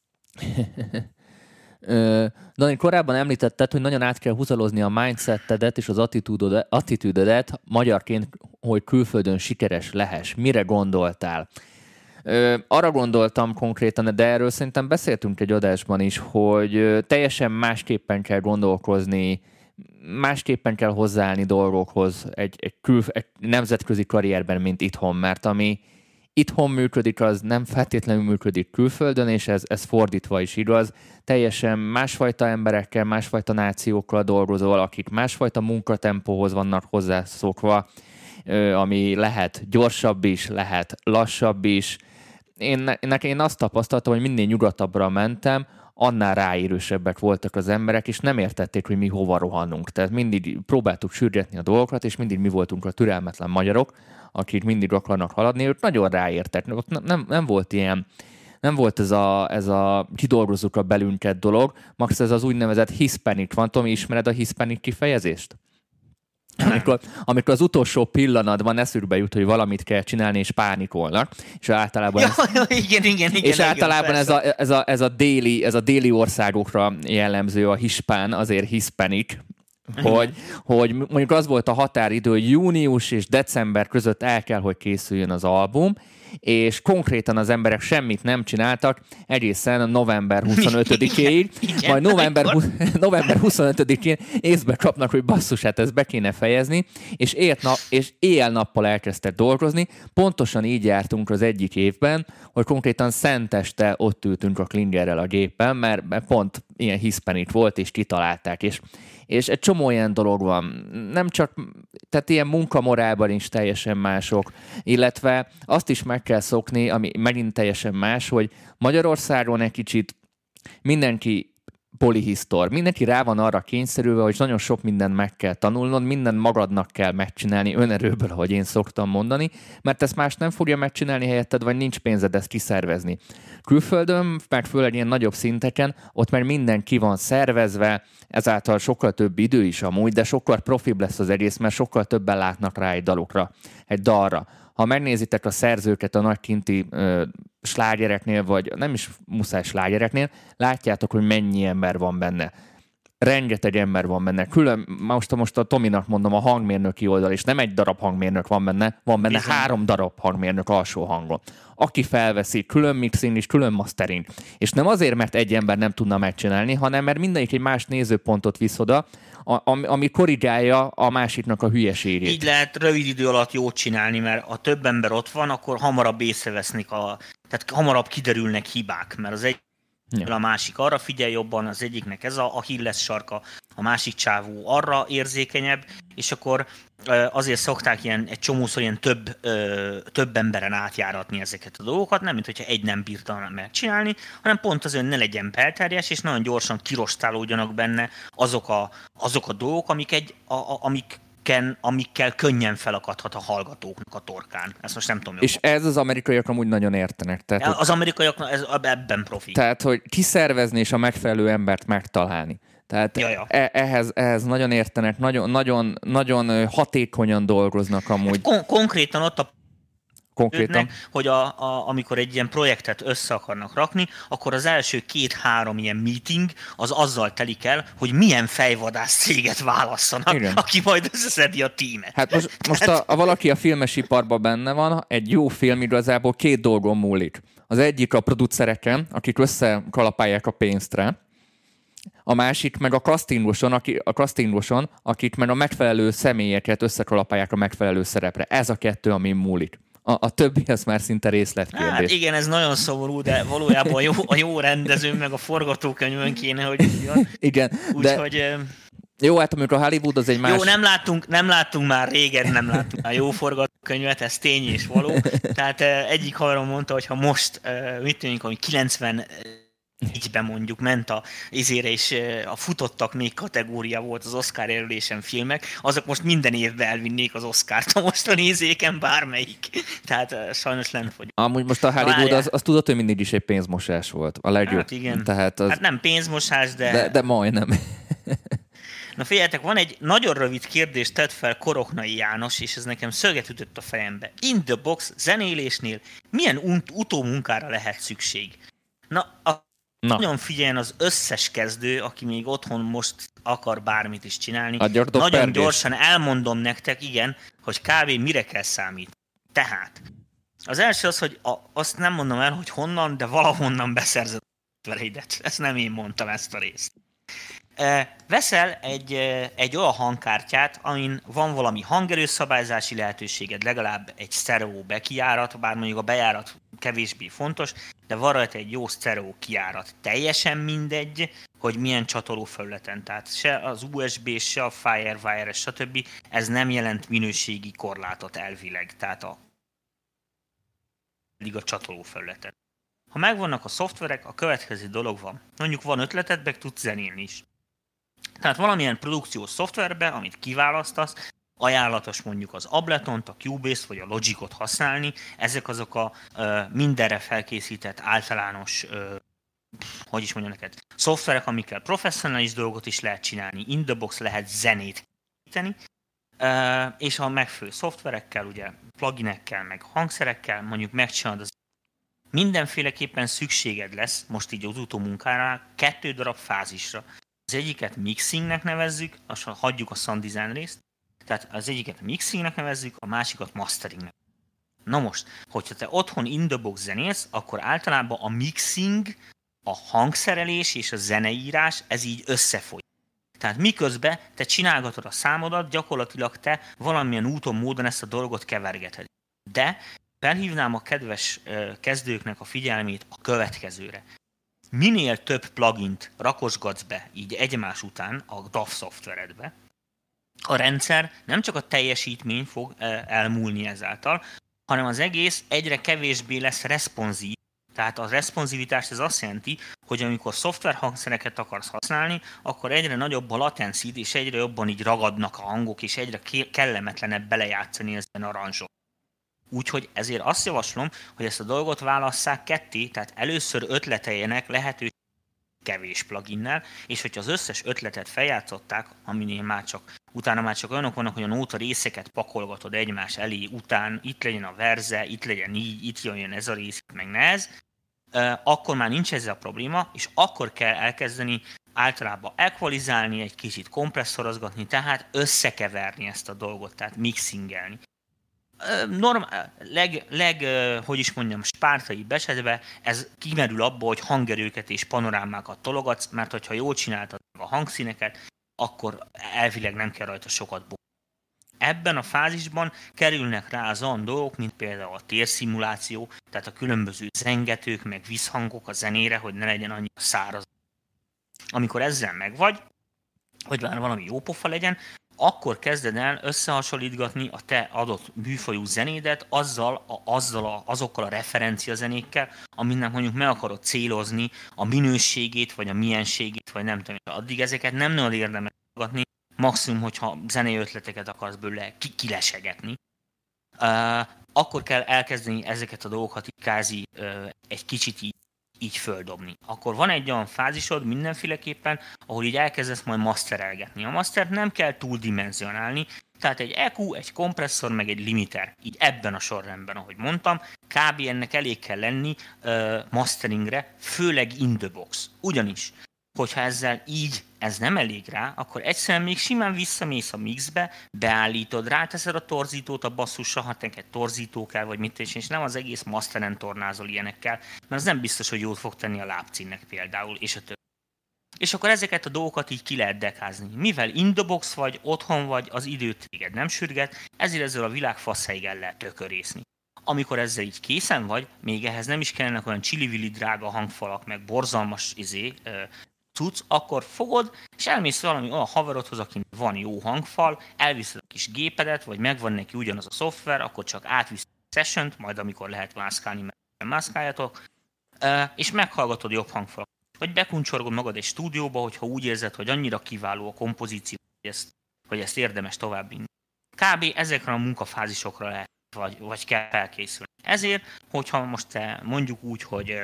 Dani, korábban említetted, hogy nagyon át kell húzalozni a mindsetedet és az attitűdödet magyarként, hogy külföldön sikeres lehess. Mire gondoltál? Arra gondoltam konkrétan, de erről szerintem beszéltünk egy adásban is, hogy teljesen másképpen kell gondolkozni, másképpen kell hozzáállni dolgokhoz egy nemzetközi karrierben, mint itthon, mert ami itthon működik, az nem feltétlenül működik külföldön, és ez fordítva is igaz. Teljesen másfajta emberekkel, másfajta nációkkal dolgozol, akik másfajta munkatempóhoz vannak hozzászokva, ami lehet gyorsabb is, lehet lassabb is. Én azt tapasztaltam, hogy minél nyugatabbra mentem, annál ráérősebbek voltak az emberek, és nem értették, hogy mi hova rohanunk. Tehát mindig próbáltuk sürgetni a dolgokat, és mindig mi voltunk a türelmetlen magyarok, akik mindig akarnak haladni, ők nagyon ráértek. Nem volt ilyen, nem volt ez a kidolgozzuk a belünket dolog, max ez az úgynevezett hispanic van. Tomi, ismered a hispanic kifejezést? Amikor az utolsó pillanatban eszükbe jut, hogy valamit kell csinálni, és pánikolnak, és általában általában ez a déli országokra jellemző a hispán, azért hispanic, hogy mondjuk az volt a határidő, hogy június és december között el kell, hogy készüljön az album, és konkrétan az emberek semmit nem csináltak egészen november 25-ig, majd november 25-én észbe kapnak, hogy basszus, hát ezt be kéne fejezni, és éjjel-nappal elkezdtek dolgozni. Pontosan így jártunk az egyik évben, hogy konkrétan szenteste ott ültünk a Klingerrel a gépen, mert pont ilyen hispanic volt, és kitalálták, és egy csomó ilyen dolog van. Nem csak, tehát ilyen munkamorálban is teljesen mások, illetve azt is meg kell szokni, ami megint teljesen más, hogy Magyarországon egy kicsit mindenki polihisztor. Mindenki rá van arra kényszerülve, hogy nagyon sok mindent meg kell tanulnod, mindent magadnak kell megcsinálni önerőből, ahogy én szoktam mondani, mert ezt más nem fogja megcsinálni helyetted, vagy nincs pénzed ezt kiszervezni. Külföldön, meg főleg ilyen nagyobb szinteken, ott már minden ki van szervezve, ezáltal sokkal több idő is amúgy, de sokkal profibb lesz az egész, mert sokkal többen látnak rá egy dalra. Ha megnézitek a szerzőket a nagykinti slágereknél, vagy nem is muszáj slágereknél, látjátok, hogy mennyi ember van benne. Rengeteg ember van benne. Külön, most a Tominak mondom, a hangmérnöki oldal, és nem egy darab hangmérnök van benne 3 darab hangmérnök alsó hangon. Aki felveszi, külön mixing és külön mastering. És nem azért, mert egy ember nem tudna megcsinálni, hanem mert mindegyik egy más nézőpontot visz oda, ami korrigálja a másiknak a hülyeségét. Így lehet rövid idő alatt jót csinálni, mert ha több ember ott van, akkor hamarabb észrevesznek, tehát hamarabb kiderülnek hibák, mert az a másik arra figyel jobban, az egyiknek ez a Achilles sarka, a másik csávó arra érzékenyebb, és akkor azért szokták egy csomószor ilyen több emberen átjáratni ezeket a dolgokat, nem mint hogyha egy nem bírta megcsinálni, hanem pont azért, hogy ne legyen belterjes, és nagyon gyorsan kirostálódjanak benne azok a dolgok, amikkel könnyen felakadhat a hallgatóknak a torkán. Ezt most nem tudom. És ez az amerikaiak amúgy nagyon értenek. Tehát, az amerikaiak ebben profi. Tehát, hogy kiszervezni és a megfelelő embert megtalálni. Tehát ehhez nagyon értenek, nagyon hatékonyan dolgoznak amúgy. Konkrétan ott hogy amikor egy ilyen projektet össze akarnak rakni, akkor az első 2-3 ilyen meeting az azzal telik el, hogy milyen fejvadász céget válasszanak, aki majd összeszedi a tímet. Hát most ha valaki a filmesiparban benne van, egy jó film igazából 2 dolgon múlik. Az egyik a producereken, akik összekalapálják a pénzt rá, A másik meg a castingoson, akik meg a megfelelő személyeket összekalapálják a megfelelő szerepre. Ez a kettő, ami múlik. A többi az már szinte részletkérdés. Hát igen, ez nagyon szomorú, de valójában a jó rendező, meg a forgatókönyvön kéne, hogy jön. Igen, úgyhogy... Jó, hát amikor a Hollywood az egy más... Jó, nem láttunk már régen, nem láttunk már jó forgatókönyvet, ez tény és való. Tehát egyik haverom mondta, hogy ha most, mit tűnik, hogy 94-ben mondjuk ment a izére, és a futottak még kategória volt az Oscar jelölésen filmek, azok most minden évben elvinnék az Oscart a mostani izéken bármelyik. Tehát sajnos lent vagyunk. Amúgy most a Hollywood az tudod, hogy mindig is egy pénzmosás volt. A legjobb. Hát igen. Tehát hát nem pénzmosás, de... De majdnem. Na figyeljetek, van egy nagyon rövid kérdést tett fel Koroknai János, és ez nekem szöget ütött a fejembe. In the Box zenélésnél milyen utómunkára lehet szükség? Nagyon figyeljen az összes kezdő, aki még otthon most akar bármit is csinálni. Nagyon gyorsan elmondom nektek, igen, hogy kb. Mire kell számítani. Tehát, az első az, hogy azt nem mondom el, hogy honnan, de valahonnan beszerzed a szoftvereidet. Ezt nem én mondtam, ezt a részt. Veszel egy olyan hangkártyát, amin van valami hangerőszabályzási lehetőséged, legalább egy sztereó bekijárat, bár mondjuk a bejárat kevésbé fontos, de van rajta egy jó sztereó kijárat. Teljesen mindegy, hogy milyen csatolófelületen, tehát se az USB, se a Firewire, stb. Ez nem jelent minőségi korlátot elvileg, tehát a csatolófelületen. Ha megvannak a szoftverek, a következő dolog van. Mondjuk van ötleted, meg tudsz zenélni is. Tehát valamilyen produkciós szoftverbe, amit kiválasztasz, ajánlatos mondjuk az Abletont, a Cubase-t vagy a Logicot használni. Ezek azok a mindenre felkészített általános, hogy is mondjam neked, szoftverek, amikkel professzionális dolgot is lehet csinálni. In the Box lehet zenét készíteni, és a megfelelő szoftverekkel, ugye pluginekkel, meg hangszerekkel mondjuk megcsinálod az mindenféleképpen szükséged lesz, most így az utómunkára, 2 darab fázisra. Az egyiket mixingnek nevezzük, hagyjuk a sound design részt, tehát az egyiket mixingnek nevezzük, a másikat masteringnek. Na most, hogyha te otthon in the box zenélsz, akkor általában a mixing, a hangszerelés és a zeneírás, ez így összefoly. Tehát miközben te csinálgatod a számodat, gyakorlatilag te valamilyen úton, módon ezt a dolgot kevergeted. De felhívnám a kedves kezdőknek a figyelmét a következőre. Minél több plugint rakosgatsz be így egymás után a DAW szoftveredbe, a rendszer nem csak a teljesítmény fog elmúlni ezáltal, hanem az egész egyre kevésbé lesz responsív. Tehát a responsivitás ez azt jelenti, hogy amikor szoftverhangszereket akarsz használni, akkor egyre nagyobb a latencid, és egyre jobban így ragadnak a hangok, és egyre kellemetlenebb belejátszani ezen a aranzsot. Úgyhogy ezért azt javaslom, hogy ezt a dolgot válasszák ketté, tehát először ötleteljenek lehetőség kevés pluginnel, és hogyha az összes ötletet feljátszották, aminél utána már csak olyanok vannak, hogy a nóta részeket pakolgatod egymás elé, után itt legyen a verze, itt legyen így, itt jön ez a rész, meg nehez, akkor már nincs ezzel a probléma, és akkor kell elkezdeni általában equalizálni, egy kicsit kompresszorozgatni, tehát összekeverni ezt a dolgot, tehát mixingelni. Hogy is mondjam, spártai esetben ez kimerül abba, hogy hangerőket és panorámákat tologatsz, mert hogyha jól csináltad a hangszíneket, akkor elvileg nem kell rajta sokat bókolni. Ebben a fázisban kerülnek rá az olyan dolgok, mint például a térszimuláció, tehát a különböző zengetők, meg visszhangok a zenére, hogy ne legyen annyira száraz. Amikor ezzel megvagy, hogy már valami jó pofa legyen, akkor kezded el összehasonlítgatni a te adott műfajú zenédet azokkal a referenciazenékkel, aminek mondjuk meg akarod célozni a minőségét, vagy a mienségét, vagy nem tudom. Addig ezeket nem nagyon érdemes hallgatni, maximum, hogyha zenei ötleteket akarsz belőle kilesegetni. Akkor kell elkezdeni ezeket a dolgokat egy kicsit így földobni. Akkor van egy olyan fázisod mindenféleképpen, ahol így elkezdesz majd masterelgetni. A mastert nem kell túldimenzionálni, tehát egy EQ, egy kompresszor, meg egy limiter. Így ebben a sorrendben, ahogy mondtam, kb. Ennek elég kell lenni masteringre, főleg in the box. Ugyanis, hogyha ezzel így ez nem elég rá, akkor egyszerűen még simán visszamész a mixbe, beállítod, ráteszed a torzítót a basszusra, ha neked torzító kell, vagy mit, és nem az egész masteren tornázol ilyenekkel, mert az nem biztos, hogy jót fog tenni a lábcínnek például, és a többi. és akkor ezeket a dolgokat így ki lehet dekázni. Mivel in the box vagy, otthon vagy, az időt téged nem sürget, ezért ezzel a világ faszáig el lehet tökörészni. Amikor ezzel így készen vagy, még ehhez nem is kellenek olyan csili-vili drága hangfalak, meg borzalmas cucc, akkor fogod, és elmész valami olyan haverodhoz, akinek van jó hangfal, elviszed a kis gépedet, vagy megvan neki ugyanaz a szoftver, akkor csak átvisz a sessiont, majd amikor lehet mászkálni, mert mászkáljatok, és meghallgatod jobb hangfal. Vagy bekuncsorgod magad egy stúdióba, hogyha úgy érzed, hogy annyira kiváló a kompozíció, hogy ezt érdemes továbbvinni. Kb. Ezekre a munkafázisokra lehet, vagy kell felkészülni. Ezért, hogyha most te mondjuk úgy, hogy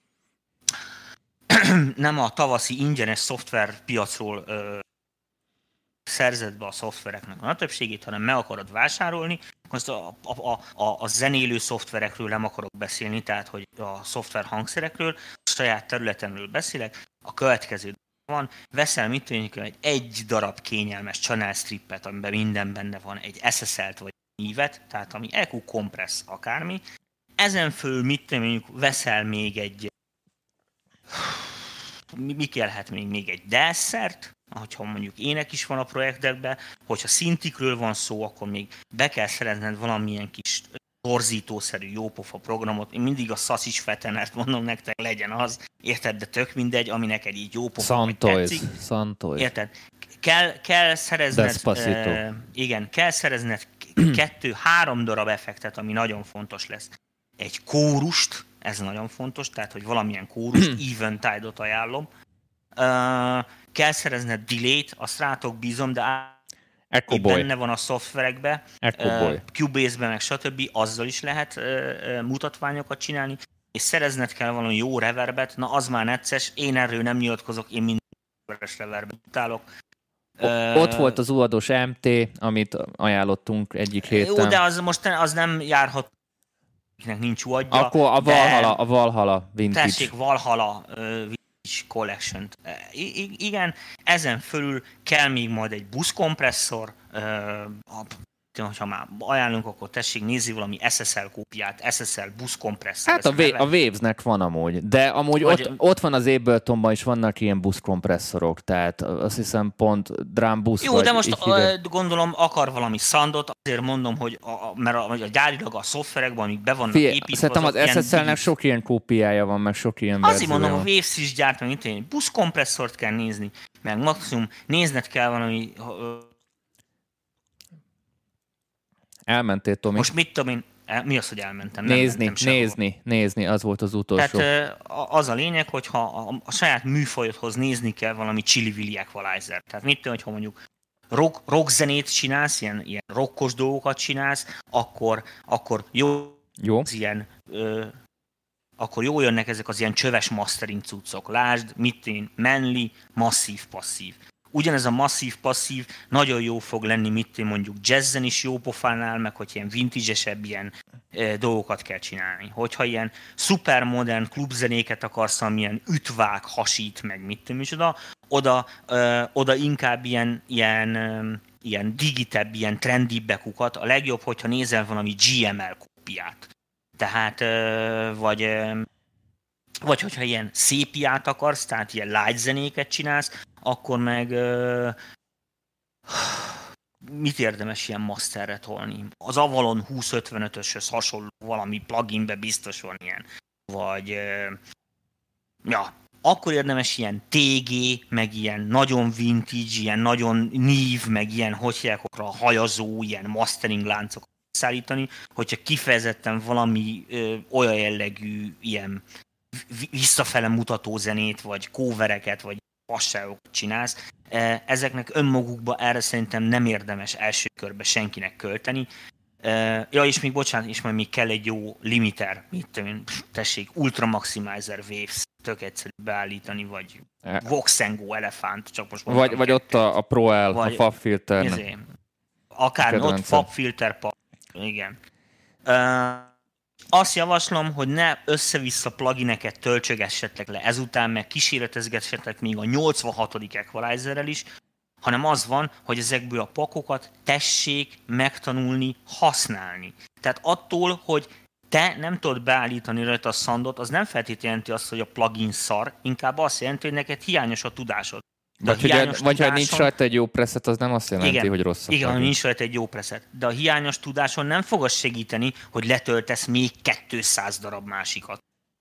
nem a tavaszi ingyenes szoftverpiacról szerzed be a szoftvereknek a többségét, hanem meg akarod vásárolni, most a zenélő szoftverekről nem akarok beszélni, tehát hogy a szoftver hangszerekről, a saját területemről beszélek, a következő van, veszel egy darab kényelmes channel strippet, amiben minden benne van, egy SSL-t vagy nívet, tehát ami EQ kompressz akármi, ezen föl veszel még egy mi kellhet még egy DAS-szert, hogyha mondjuk ének is van a projektekben, hogyha szintikről van szó, akkor még be kell szerezned valamilyen kis torzítószerű jópofa programot. Én mindig a szaszis fetenert mondom nektek, legyen az, érted, de tök mindegy, ami neked így jópofa, hogy tetszik. Santoys. Érted? Kell szerezned, kell szerezned 2-3 darab effektet, ami nagyon fontos lesz. Egy kórust, ez nagyon fontos, tehát, hogy valamilyen kórust, Eventide-ot ajánlom. Kell szerezned delay-t, azt rátok bízom, de benne van a szoftverekbe, Cubase-ben, meg stb. Azzal is lehet mutatványokat csinálni, és szerezned kell valami jó reverbet, na az már necces, én erről nem nyilatkozok, én minden reverbet utálok. Ott volt az UAD-os MT, amit ajánlottunk egyik héten. Jó, de az nem járhat, nincs UAD-ja. Akkor a Valhalla Vintage. Tessék, Valhalla Vintage Collection-t. Igen, ezen fölül kell még majd egy buszkompresszor, ha már ajánlunk, akkor tessék nézni valami SSL kópiát, SSL buszkompresszor. Hát a Wavesnek van amúgy, de amúgy ott van az Abletonban is vannak ilyen buszkompresszorok, tehát azt hiszem pont drum busz. Jó, de most gondolom akar valami soundot, azért mondom, hogy mert a gyárilag a szoftverekben, amik be vannak építve. Szerintem az SSL-nek sok ilyen kópiája van, meg sok ilyen verziója. Azért mondom, a Waves is gyárt, meg buszkompresszort kell nézni, meg maximum nézned kell valami. Elmentél, Tomi? Most mit tudom én, mi az, hogy elmentem? Nézni, az volt az utolsó. Tehát az a lényeg, hogyha a saját műfajodhoz nézni kell valami chili-willy equalizer. Tehát mit tudom, hogyha mondjuk rock zenét csinálsz, ilyen rockos dolgokat csinálsz, akkor jó. Akkor jól jönnek ezek az ilyen csöves mastering cuccok. Lásd, Manly, masszív, passzív. Ugyanez a masszív-passzív nagyon jó fog lenni, mondjuk jazzen is jó pofánál, meg hogy ilyen vintage-esebb ilyen dolgokat kell csinálni. Hogyha ilyen szupermodern klubzenéket akarsz, amilyen ütvág, hasít, meg oda inkább ilyen digitebb, ilyen trendibbekukat. A legjobb, hogyha nézel valami GML kópiát. Tehát, vagy hogyha ilyen szépiát akarsz, tehát ilyen light zenéket csinálsz, akkor meg mit érdemes ilyen masterre tolni? Az Avalon 2055-öshöz hasonló valami pluginbe biztos van ilyen. Vagy akkor érdemes ilyen TG, meg ilyen nagyon vintage, ilyen nagyon nív, meg ilyen hajazó, ilyen mastering láncokat szállítani, hogyha kifejezetten valami olyan jellegű ilyen visszafele mutató zenét, vagy covereket, vagy passágokat csinálsz. Ezeknek önmagukban erre szerintem nem érdemes első körbe senkinek költeni. És még bocsánat, és majd még kell egy jó limiter, tessék, Ultra Maximizer Waves, tök egyszerű beállítani, vagy Voxengo Elephant, csak most mondom. Vagy ott a Pro-L, a FAB filter. Akár ott FAB filter, igen. Azt javaslom, hogy ne össze-vissza plugineket töltsögessetek le ezután, meg kísérletezgessetek még a 86. equalizerrel is, hanem az van, hogy ezekből a pakokat tessék megtanulni használni. Tehát attól, hogy te nem tudod beállítani rajta a szandot, az nem feltétlenül jelenti azt, hogy a plugin szar, inkább azt jelenti, hogy neked hiányos a tudásod. Vagy ha nincs rajta egy jó preset, az nem azt jelenti, hogy rossz a igen, nincs rajta egy jó preset. De a hiányos tudáson nem fog az segíteni, hogy letöltesz még 200 darab másikat.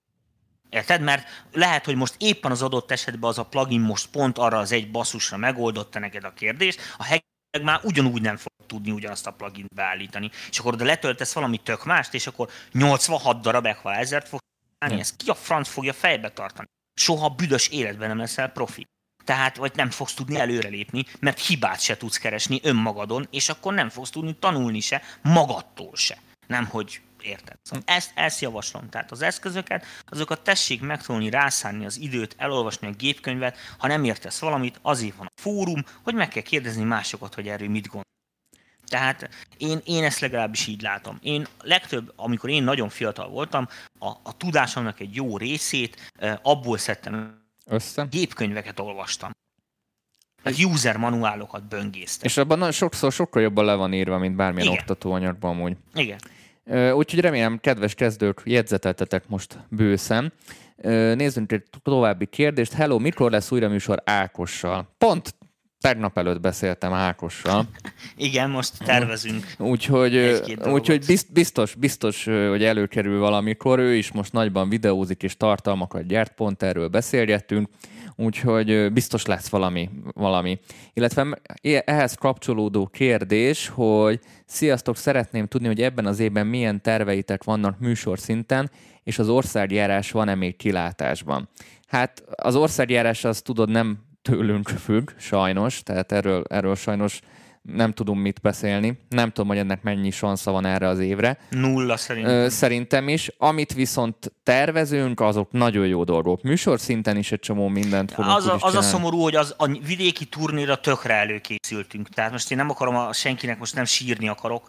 Érted? Mert lehet, hogy most éppen az adott esetben az a plugin most pont arra az egy basszusra megoldotta neked a kérdést, a hacker már ugyanúgy nem fog tudni ugyanazt a plugint beállítani. És akkor oda letöltesz valami tök mást, és akkor 86 darab EQA 1000-t fog állni. Ezt ki a franc fogja fejbe tartani? Soha büdös életben nem leszel profi. Tehát, vagy nem fogsz tudni előrelépni, mert hibát se tudsz keresni önmagadon, és akkor nem fogsz tudni tanulni se, magadtól se. Nemhogy érted. Szóval ezt javaslom. Tehát az eszközöket, azokat tessék megtanulni, rászánni az időt, elolvasni a gépkönyvet, ha nem értesz valamit, azért van a fórum, hogy meg kell kérdezni másokat, hogy erről mit gondol. Tehát én ezt legalábbis így látom. Én legtöbb, amikor én nagyon fiatal voltam, a tudásomnak egy jó részét abból szedtem össze. Gépkönyveket olvastam. Tehát user manuálokat böngésztem. És abban sokkal jobban le van írva, mint bármilyen oktatóanyagban amúgy. Igen. Úgyhogy remélem, kedves kezdők, jegyzeteltetek most bőszen. Nézzünk egy további kérdést. Hello, mikor lesz újra műsor Ákossal? Pont tegnap előtt beszéltem Ákossal. Igen, most tervezünk. Úgyhogy biztos, hogy előkerül valamikor. Ő is most nagyban videózik és tartalmakat gyárt, pont erről beszélgettünk. Úgyhogy biztos lesz valami. Illetve ehhez kapcsolódó kérdés, hogy sziasztok, szeretném tudni, hogy ebben az évben milyen terveitek vannak műsorszinten, és az országjárás van-e még kilátásban? Hát az országjárás, azt tudod, nem tőlünk függ, sajnos, tehát erről sajnos nem tudunk mit beszélni. Nem tudom, hogy ennek mennyi sansza van erre az évre. 0 szerintem. Szerintem is. Amit viszont tervezünk, azok nagyon jó dolgok. Műsorszinten is egy csomó mindent fogunk Az a szomorú, hogy a vidéki turnéra tökre előkészültünk. Tehát most én nem akarom, senkinek most nem sírni akarok,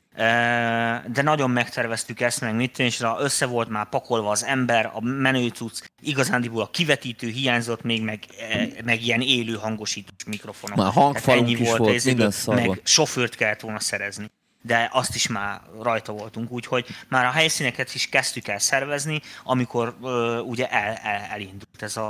de nagyon megterveztük ezt, meg mit, és össze volt már pakolva az ember, a menőcucc, igazándiból a kivetítő hiányzott még, meg ilyen élő hangosítós mikrofonok. Már hangfalunk is volt, minden szarban. Meg sofőrt kellett volna szerezni. De azt is már rajta voltunk, úgyhogy már a helyszíneket is kezdtük el szervezni, amikor ugye elindult ez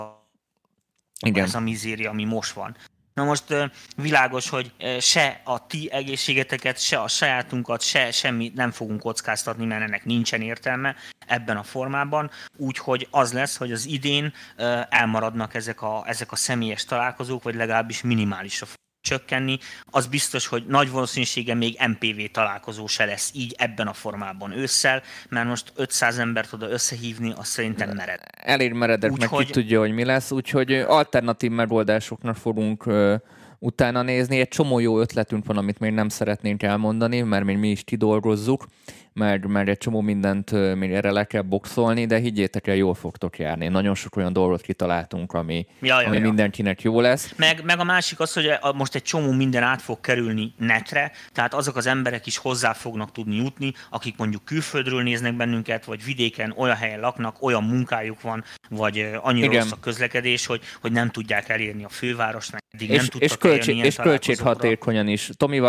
a mizéria, ami most van. Na most világos, hogy se a ti egészségeteket, se a sajátunkat, se semmit nem fogunk kockáztatni, mert ennek nincsen értelme ebben a formában. Úgyhogy az lesz, hogy az idén elmaradnak ezek a személyes találkozók, vagy legalábbis minimálisra csökkenni. Az biztos, hogy nagy valószínűséggel még MPV találkozó se lesz így ebben a formában ősszel, mert most 500 embert oda összehívni, azt szerintem mered. Elég meredek, meg ki tudja, hogy mi lesz, úgyhogy alternatív megoldásoknak fogunk utána nézni. Egy csomó jó ötletünk van, amit még nem szeretnénk elmondani, mert még mi is kidolgozzuk, mert egy csomó mindent még erre le kell boxolni, de higgyétek el, jól fogtok járni. Nagyon sok olyan dolgot kitaláltunk, ami mindenkinek jó lesz. Meg a másik az, hogy most egy csomó minden át fog kerülni netre, tehát azok az emberek is hozzá fognak tudni jutni, akik mondjuk külföldről néznek bennünket, vagy vidéken olyan helyen laknak, olyan munkájuk van, vagy annyira rossz a közlekedés, hogy nem tudják elérni a fővárosnak, eddig nem tudtak eljönni ilyen és költséghatékonyan is.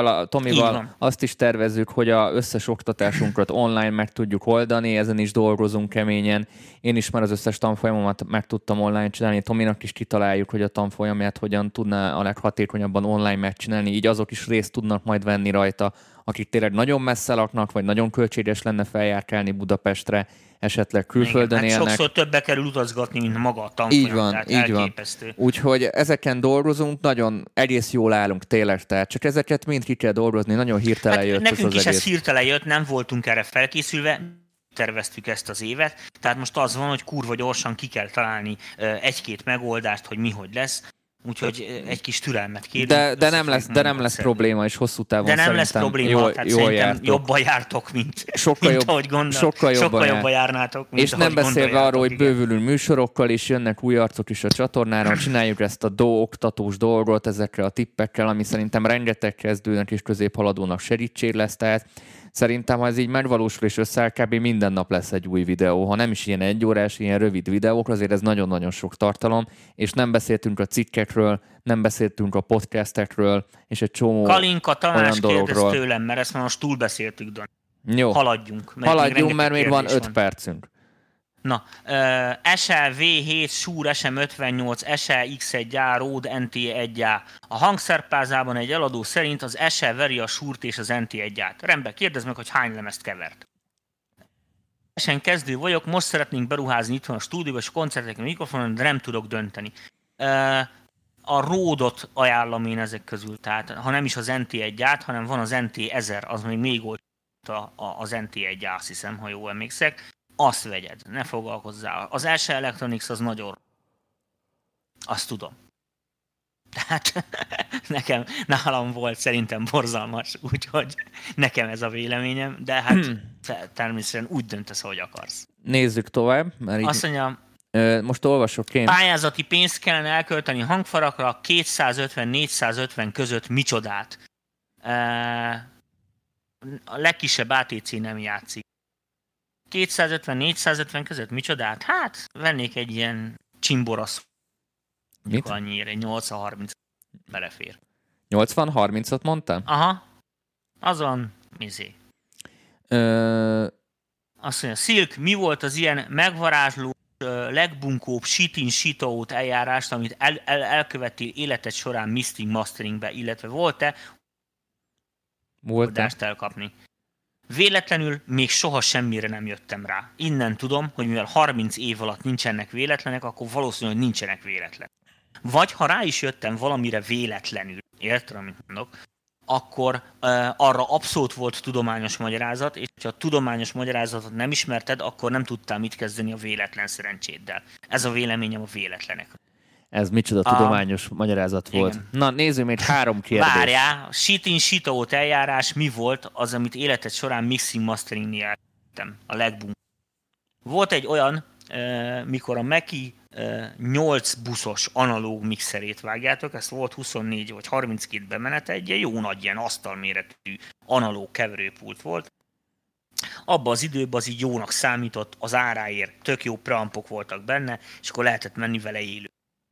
Tomival azt is tervezzük, hogy az összes oktatásunkat online meg tudjuk oldani, ezen is dolgozunk keményen. Én is már az összes tanfolyamomat meg tudtam online csinálni, Tominak is kitaláljuk, hogy a tanfolyamát hogyan tudná a leghatékonyabban online megcsinálni, így azok is részt tudnak majd venni rajta, akik tényleg nagyon messze laknak, vagy nagyon költséges lenne feljárkálni Budapestre, esetleg külföldön élnek. Sokszor többe kerül utazgatni, mint maga a tanfolyam. Így van. Úgyhogy ezeken dolgozunk, nagyon egész jól állunk tényleg, tehát csak ezeket mind ki kell dolgozni, nagyon hirtelen jött nekünk is ez hirtelen jött, nem voltunk erre felkészülve, terveztük ezt az évet, tehát most az van, hogy kurva gyorsan ki kell találni egy-két megoldást, hogy mi hogy lesz. Úgyhogy egy kis türelmet kérünk. De nem lesz probléma, és hosszú távon szerintem. De nem lesz probléma, tehát szerintem jobban jártok, mint ahogy sokkal jobban járnátok, mint és nem beszélve arról, hogy bővülünk műsorokkal, és jönnek új arcok is a csatornára, csináljuk ezt a oktatós dolgot ezekkel a tippekkel, ami szerintem rengeteg kezdőnek és középhaladónak segítség lesz, tehát szerintem, ha ez így megvalósul és összeáll, kb. Minden nap lesz egy új videó. Ha nem is ilyen egyórás, ilyen rövid videók, azért ez nagyon-nagyon sok tartalom, és nem beszéltünk a cikkekről, nem beszéltünk a podcastekről, és egy csomó Kalinka Tamás kérdez tőlem, mert ezt már most túlbeszéltük, Dani. Jó. Haladjunk. Mert még van 5 percünk. Na, SL V7, Shure SM58, SL X1A, Rode NT1A. A hangszerpázában egy eladó szerint az SL veri a Shure-t és az NT1A-t. Rendben, kérdezd meg, hogy hány lemezt kevert. Teljesen kezdő vagyok, most szeretnénk beruházni itthon a stúdióba, és koncerteken mikrofonon, de nem tudok dönteni. A Rode-ot ajánlom én ezek közül, tehát ha nem is az NT1A-t, hanem van az NT1000, az még olcsóbb az NT1A, azt hiszem, ha jól emlékszek. Azt vegyed, ne foglalkozzál. Az SL Electronics az nagyon... Azt tudom. Tehát nálam volt szerintem borzalmas, úgyhogy nekem ez a véleményem, de hát természetesen úgy döntesz, ahogy akarsz. Nézzük tovább. Mert azt mondja, most olvasok én. Pályázati pénzt kellene elkölteni hangfarakra 250-450 között micsodát. A legkisebb ATC nem játszik. 250-450 között micsodát? Hát, vennék egy ilyen csimborasz. Mit? Annyira, 80-30 belefér. 80-30-ot mondtam? Aha. Azon, mizé. Azt mondja, Silk, mi volt az ilyen megvarázsló, legbunkóbb sit-in-sit-out eljárást, amit elkövettél életed során mixing masteringbe, illetve volt-e adást elkapni? Véletlenül még soha semmire nem jöttem rá. Innen tudom, hogy mivel 30 év alatt nincsenek véletlenek, akkor valószínűleg nincsenek véletlenek. Vagy ha rá is jöttem valamire véletlenül, érted, amit mondok, akkor arra abszolút volt tudományos magyarázat, és ha a tudományos magyarázatot nem ismerted, akkor nem tudtál mit kezdeni a véletlen szerencséddel. Ez a véleményem a véletlenek. Ez micsoda tudományos magyarázat volt. Igen. Na, nézzük még 3 kérdést. Várjál, sit-in, sit-out eljárás mi volt az, amit életed során mixing masteringnél eltettem, a legbunk. Volt egy olyan, mikor a Mackie 8 buszos analóg mixerét vágjátok, ezt volt 24 vagy 32 bemenete, egy jó nagy ilyen asztalméretű analóg keverőpult volt. Abban az időben az így jónak számított, az áráért tök jó preampok voltak benne, és akkor lehetett menni vele élő.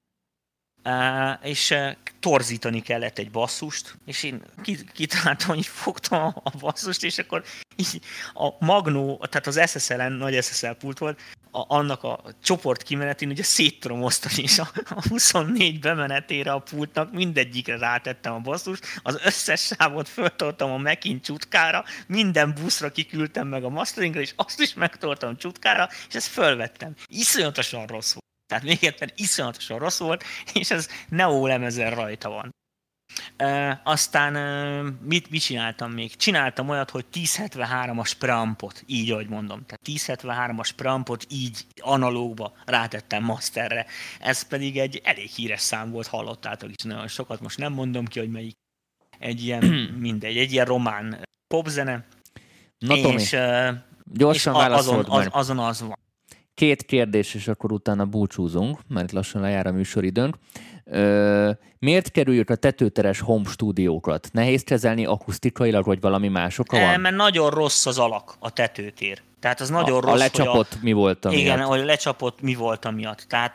És torzítani kellett egy basszust, és én kitaláltam, hogy fogtam a basszust, és akkor így a Magnó, tehát az SSL-en, nagy SSL pult volt, annak a csoport kimenetén ugye széttom osztani, és a 24 bemenetére a pultnak mindegyikre rátettem a basszust, az összes sávot föltoltam a Mackin csutkára, minden buszra kiküldtem meg a masteringre, és azt is megtoltam csutkára, és ezt fölvettem. Iszonyatosan rossz volt. Tehát még egyszer iszonyatosan rossz volt, és ez Neo lemezen rajta van. Aztán mit csináltam még? Csináltam olyat, hogy 1073-as preampot, így ahogy mondom. Tehát 1073-as preampot így analógba rátettem masterre. Ez pedig egy elég híres szám volt, hallottátok is nagyon sokat, most nem mondom ki, hogy melyik. Egy ilyen, mindegy, egy ilyen román popzene. Na Tomi, gyorsan válaszold meg. Azon az van. 2 kérdés, és akkor utána búcsúzunk, mert lassan lejár a műsoridőnk. Miért kerüljük a tetőteres home stúdiókat? Nehéz kezelni akusztikailag, vagy valami mások van? Mert nagyon rossz az alak, a tetőtér. Tehát az nagyon rossz, a lecsapott mi volt amiatt? Igen, hogy lecsapott mi volt amiatt. Tehát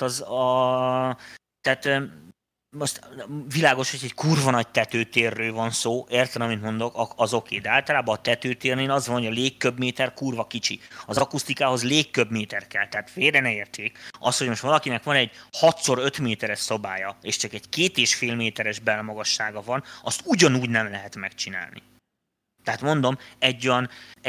most világos, hogy egy kurva nagy tetőtérről van szó, érted, amit mondok, az oké, de általában a tetőtérnél az van, hogy a légköbméter kurva kicsi. Az akusztikához légköbméter kell, tehát félre ne értsék. Az, hogy most valakinek van egy 6x5 méteres szobája, és csak egy 2,5 méteres belmagassága van, azt ugyanúgy nem lehet megcsinálni. Tehát mondom, egy olyan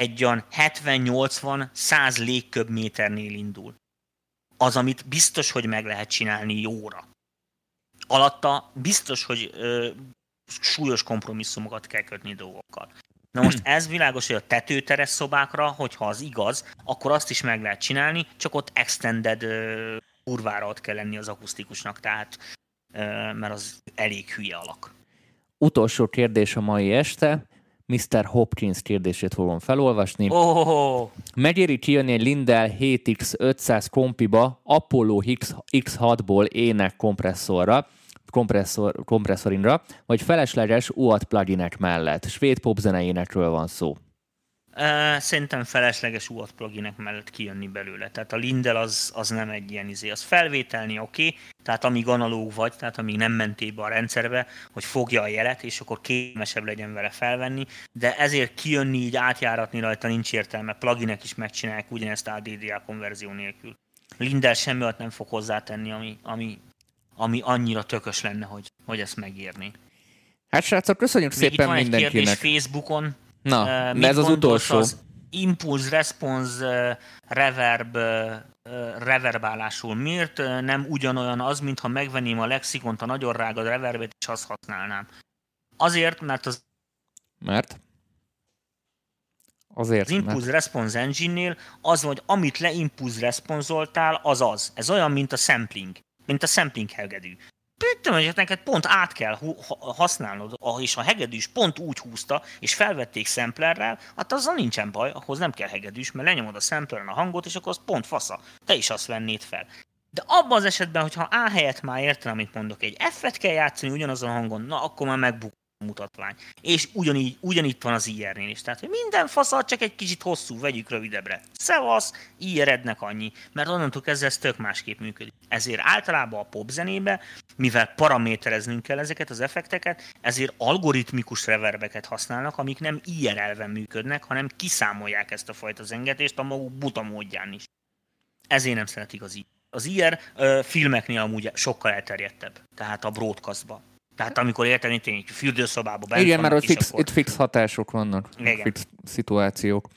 70-80-100 légköbméternél indul. Az, amit biztos, hogy meg lehet csinálni jóra. Alatta biztos, hogy súlyos kompromisszumokat kell kötni dolgokkal. Na most ez világos, hogy a tetőteres szobákra, hogyha az igaz, akkor azt is meg lehet csinálni, csak ott extended kurvára ott kell lenni az akusztikusnak, tehát mert az elég hülye alak. Utolsó kérdés a mai este. Mr. Hopkins kérdését fogom felolvasni. Megéri kijönni egy Lindell 7X500 kompiba Apollo X6-ból ének kompresszorinra, vagy felesleges UAD pluginek mellett. Svéd popzene énekről van szó. Szerintem felesleges UAT pluginek mellett kijönni belőle. Tehát a Lindel az nem egy ilyen az felvételni oké, tehát amíg analóg vagy, tehát amíg nem mentél be a rendszerbe, hogy fogja a jelet, és akkor kényelmesebb legyen vele felvenni, de ezért kijönni, így átjáratni rajta nincs értelme. Pluginek is megcsinálják ugyanezt ADDA konverzió nélkül. Lindel semmi olyat nem fog hozzátenni, ami annyira tökös lenne, hogy ezt megérni. Hát srácok, köszönjük szépen mindenkinek. Még itt van egy kérdés Facebookon. Na, de ez az utolsó. Az impulse response reverbálásul miért nem ugyanolyan az, mintha megvenném a lexikont, a nagyon rága reverbet, és azt használnám? Azért, mert az Impulse Response Engine-nél az, hogy amit leimpulse response-oltál, az. Ez olyan, mint a sampling hegedű. Tudom, hogy neked pont át kell használnod, és a hegedűs pont úgy húzta, és felvették samplerrel, hát azzal nincsen baj, ahhoz nem kell hegedűs, mert lenyomod a sampleren a hangot, és akkor az pont fasza. Te is azt vennéd fel. De abban az esetben, hogyha A helyett már értem, amit mondok, egy F-et kell játszani ugyanazon a hangon, na akkor már megbukott a mutatvány. És ugyanígy van az IR-nél is. Tehát, hogy minden fasza, csak egy kicsit hosszú, vegyük rövidebbre. Szevasz, IR-ednek annyi, mert onnantól kezdve ez tök másképp működik. Ezért általában a popzenébe, mivel paramétereznünk kell ezeket az effekteket, ezért algoritmikus reverbeket használnak, amik nem IR elven működnek, hanem kiszámolják ezt a fajta zengetést a maguk buta módján is. Ezért nem szeretik az IR. Az IR filmeknél amúgy sokkal elterjedtebb, tehát a broadcastban. Tehát amikor érteni tényleg fürdőszobába bent igen, mert itt fix hatások vannak, fix szituációk.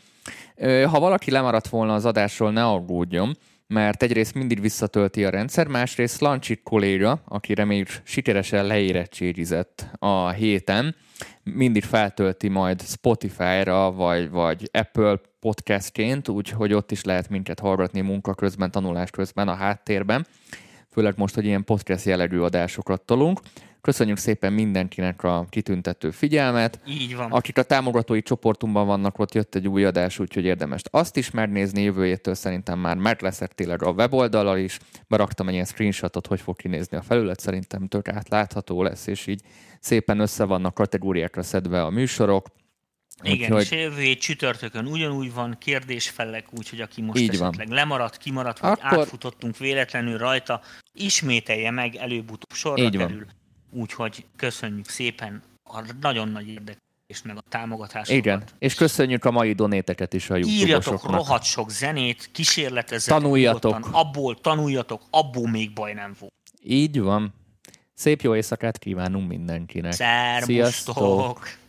Ha valaki lemaradt volna az adásról, ne aggódjon, mert egyrészt mindig visszatölti a rendszer, másrészt Lancsik kolléga, aki reméljük sikeresen leérettségizett a héten, mindig feltölti majd Spotify-ra, vagy Apple podcastként, úgyhogy ott is lehet minket hallgatni munka közben, tanulás közben a háttérben, főleg most, hogy ilyen podcast jellegű adásokat tolunk. Köszönjük szépen mindenkinek a kitüntető figyelmet. Így van. Akik a támogatói csoportunkban vannak, ott jött egy új adás, úgyhogy érdemes azt is megnézni. Jövő héttől szerintem már meg leszek tényleg a weboldalal is. Beraktam egy ilyen screenshotot, hogy fog kinézni a felület. Szerintem tök átlátható lesz, és így szépen össze vannak kategóriákra szedve a műsorok. Igen, és jövő hét csütörtökön ugyanúgy van kérdésfelek, úgyhogy aki most esetleg lemaradt, kimaradt, vagy átfutottunk véletlenül rajta, ismételje meg, előbb-utóbb sorra kerül. Úgyhogy köszönjük szépen a nagyon nagy érdeklődést, meg a támogatásokat. Igen, és köszönjük a mai donéteket is a YouTube-osoknak. Írjatok rohadt sok zenét, kísérletezzetek. Tanuljatok, abból még baj nem volt. Így van. Szép jó éjszakát kívánunk mindenkinek. Szervusztok!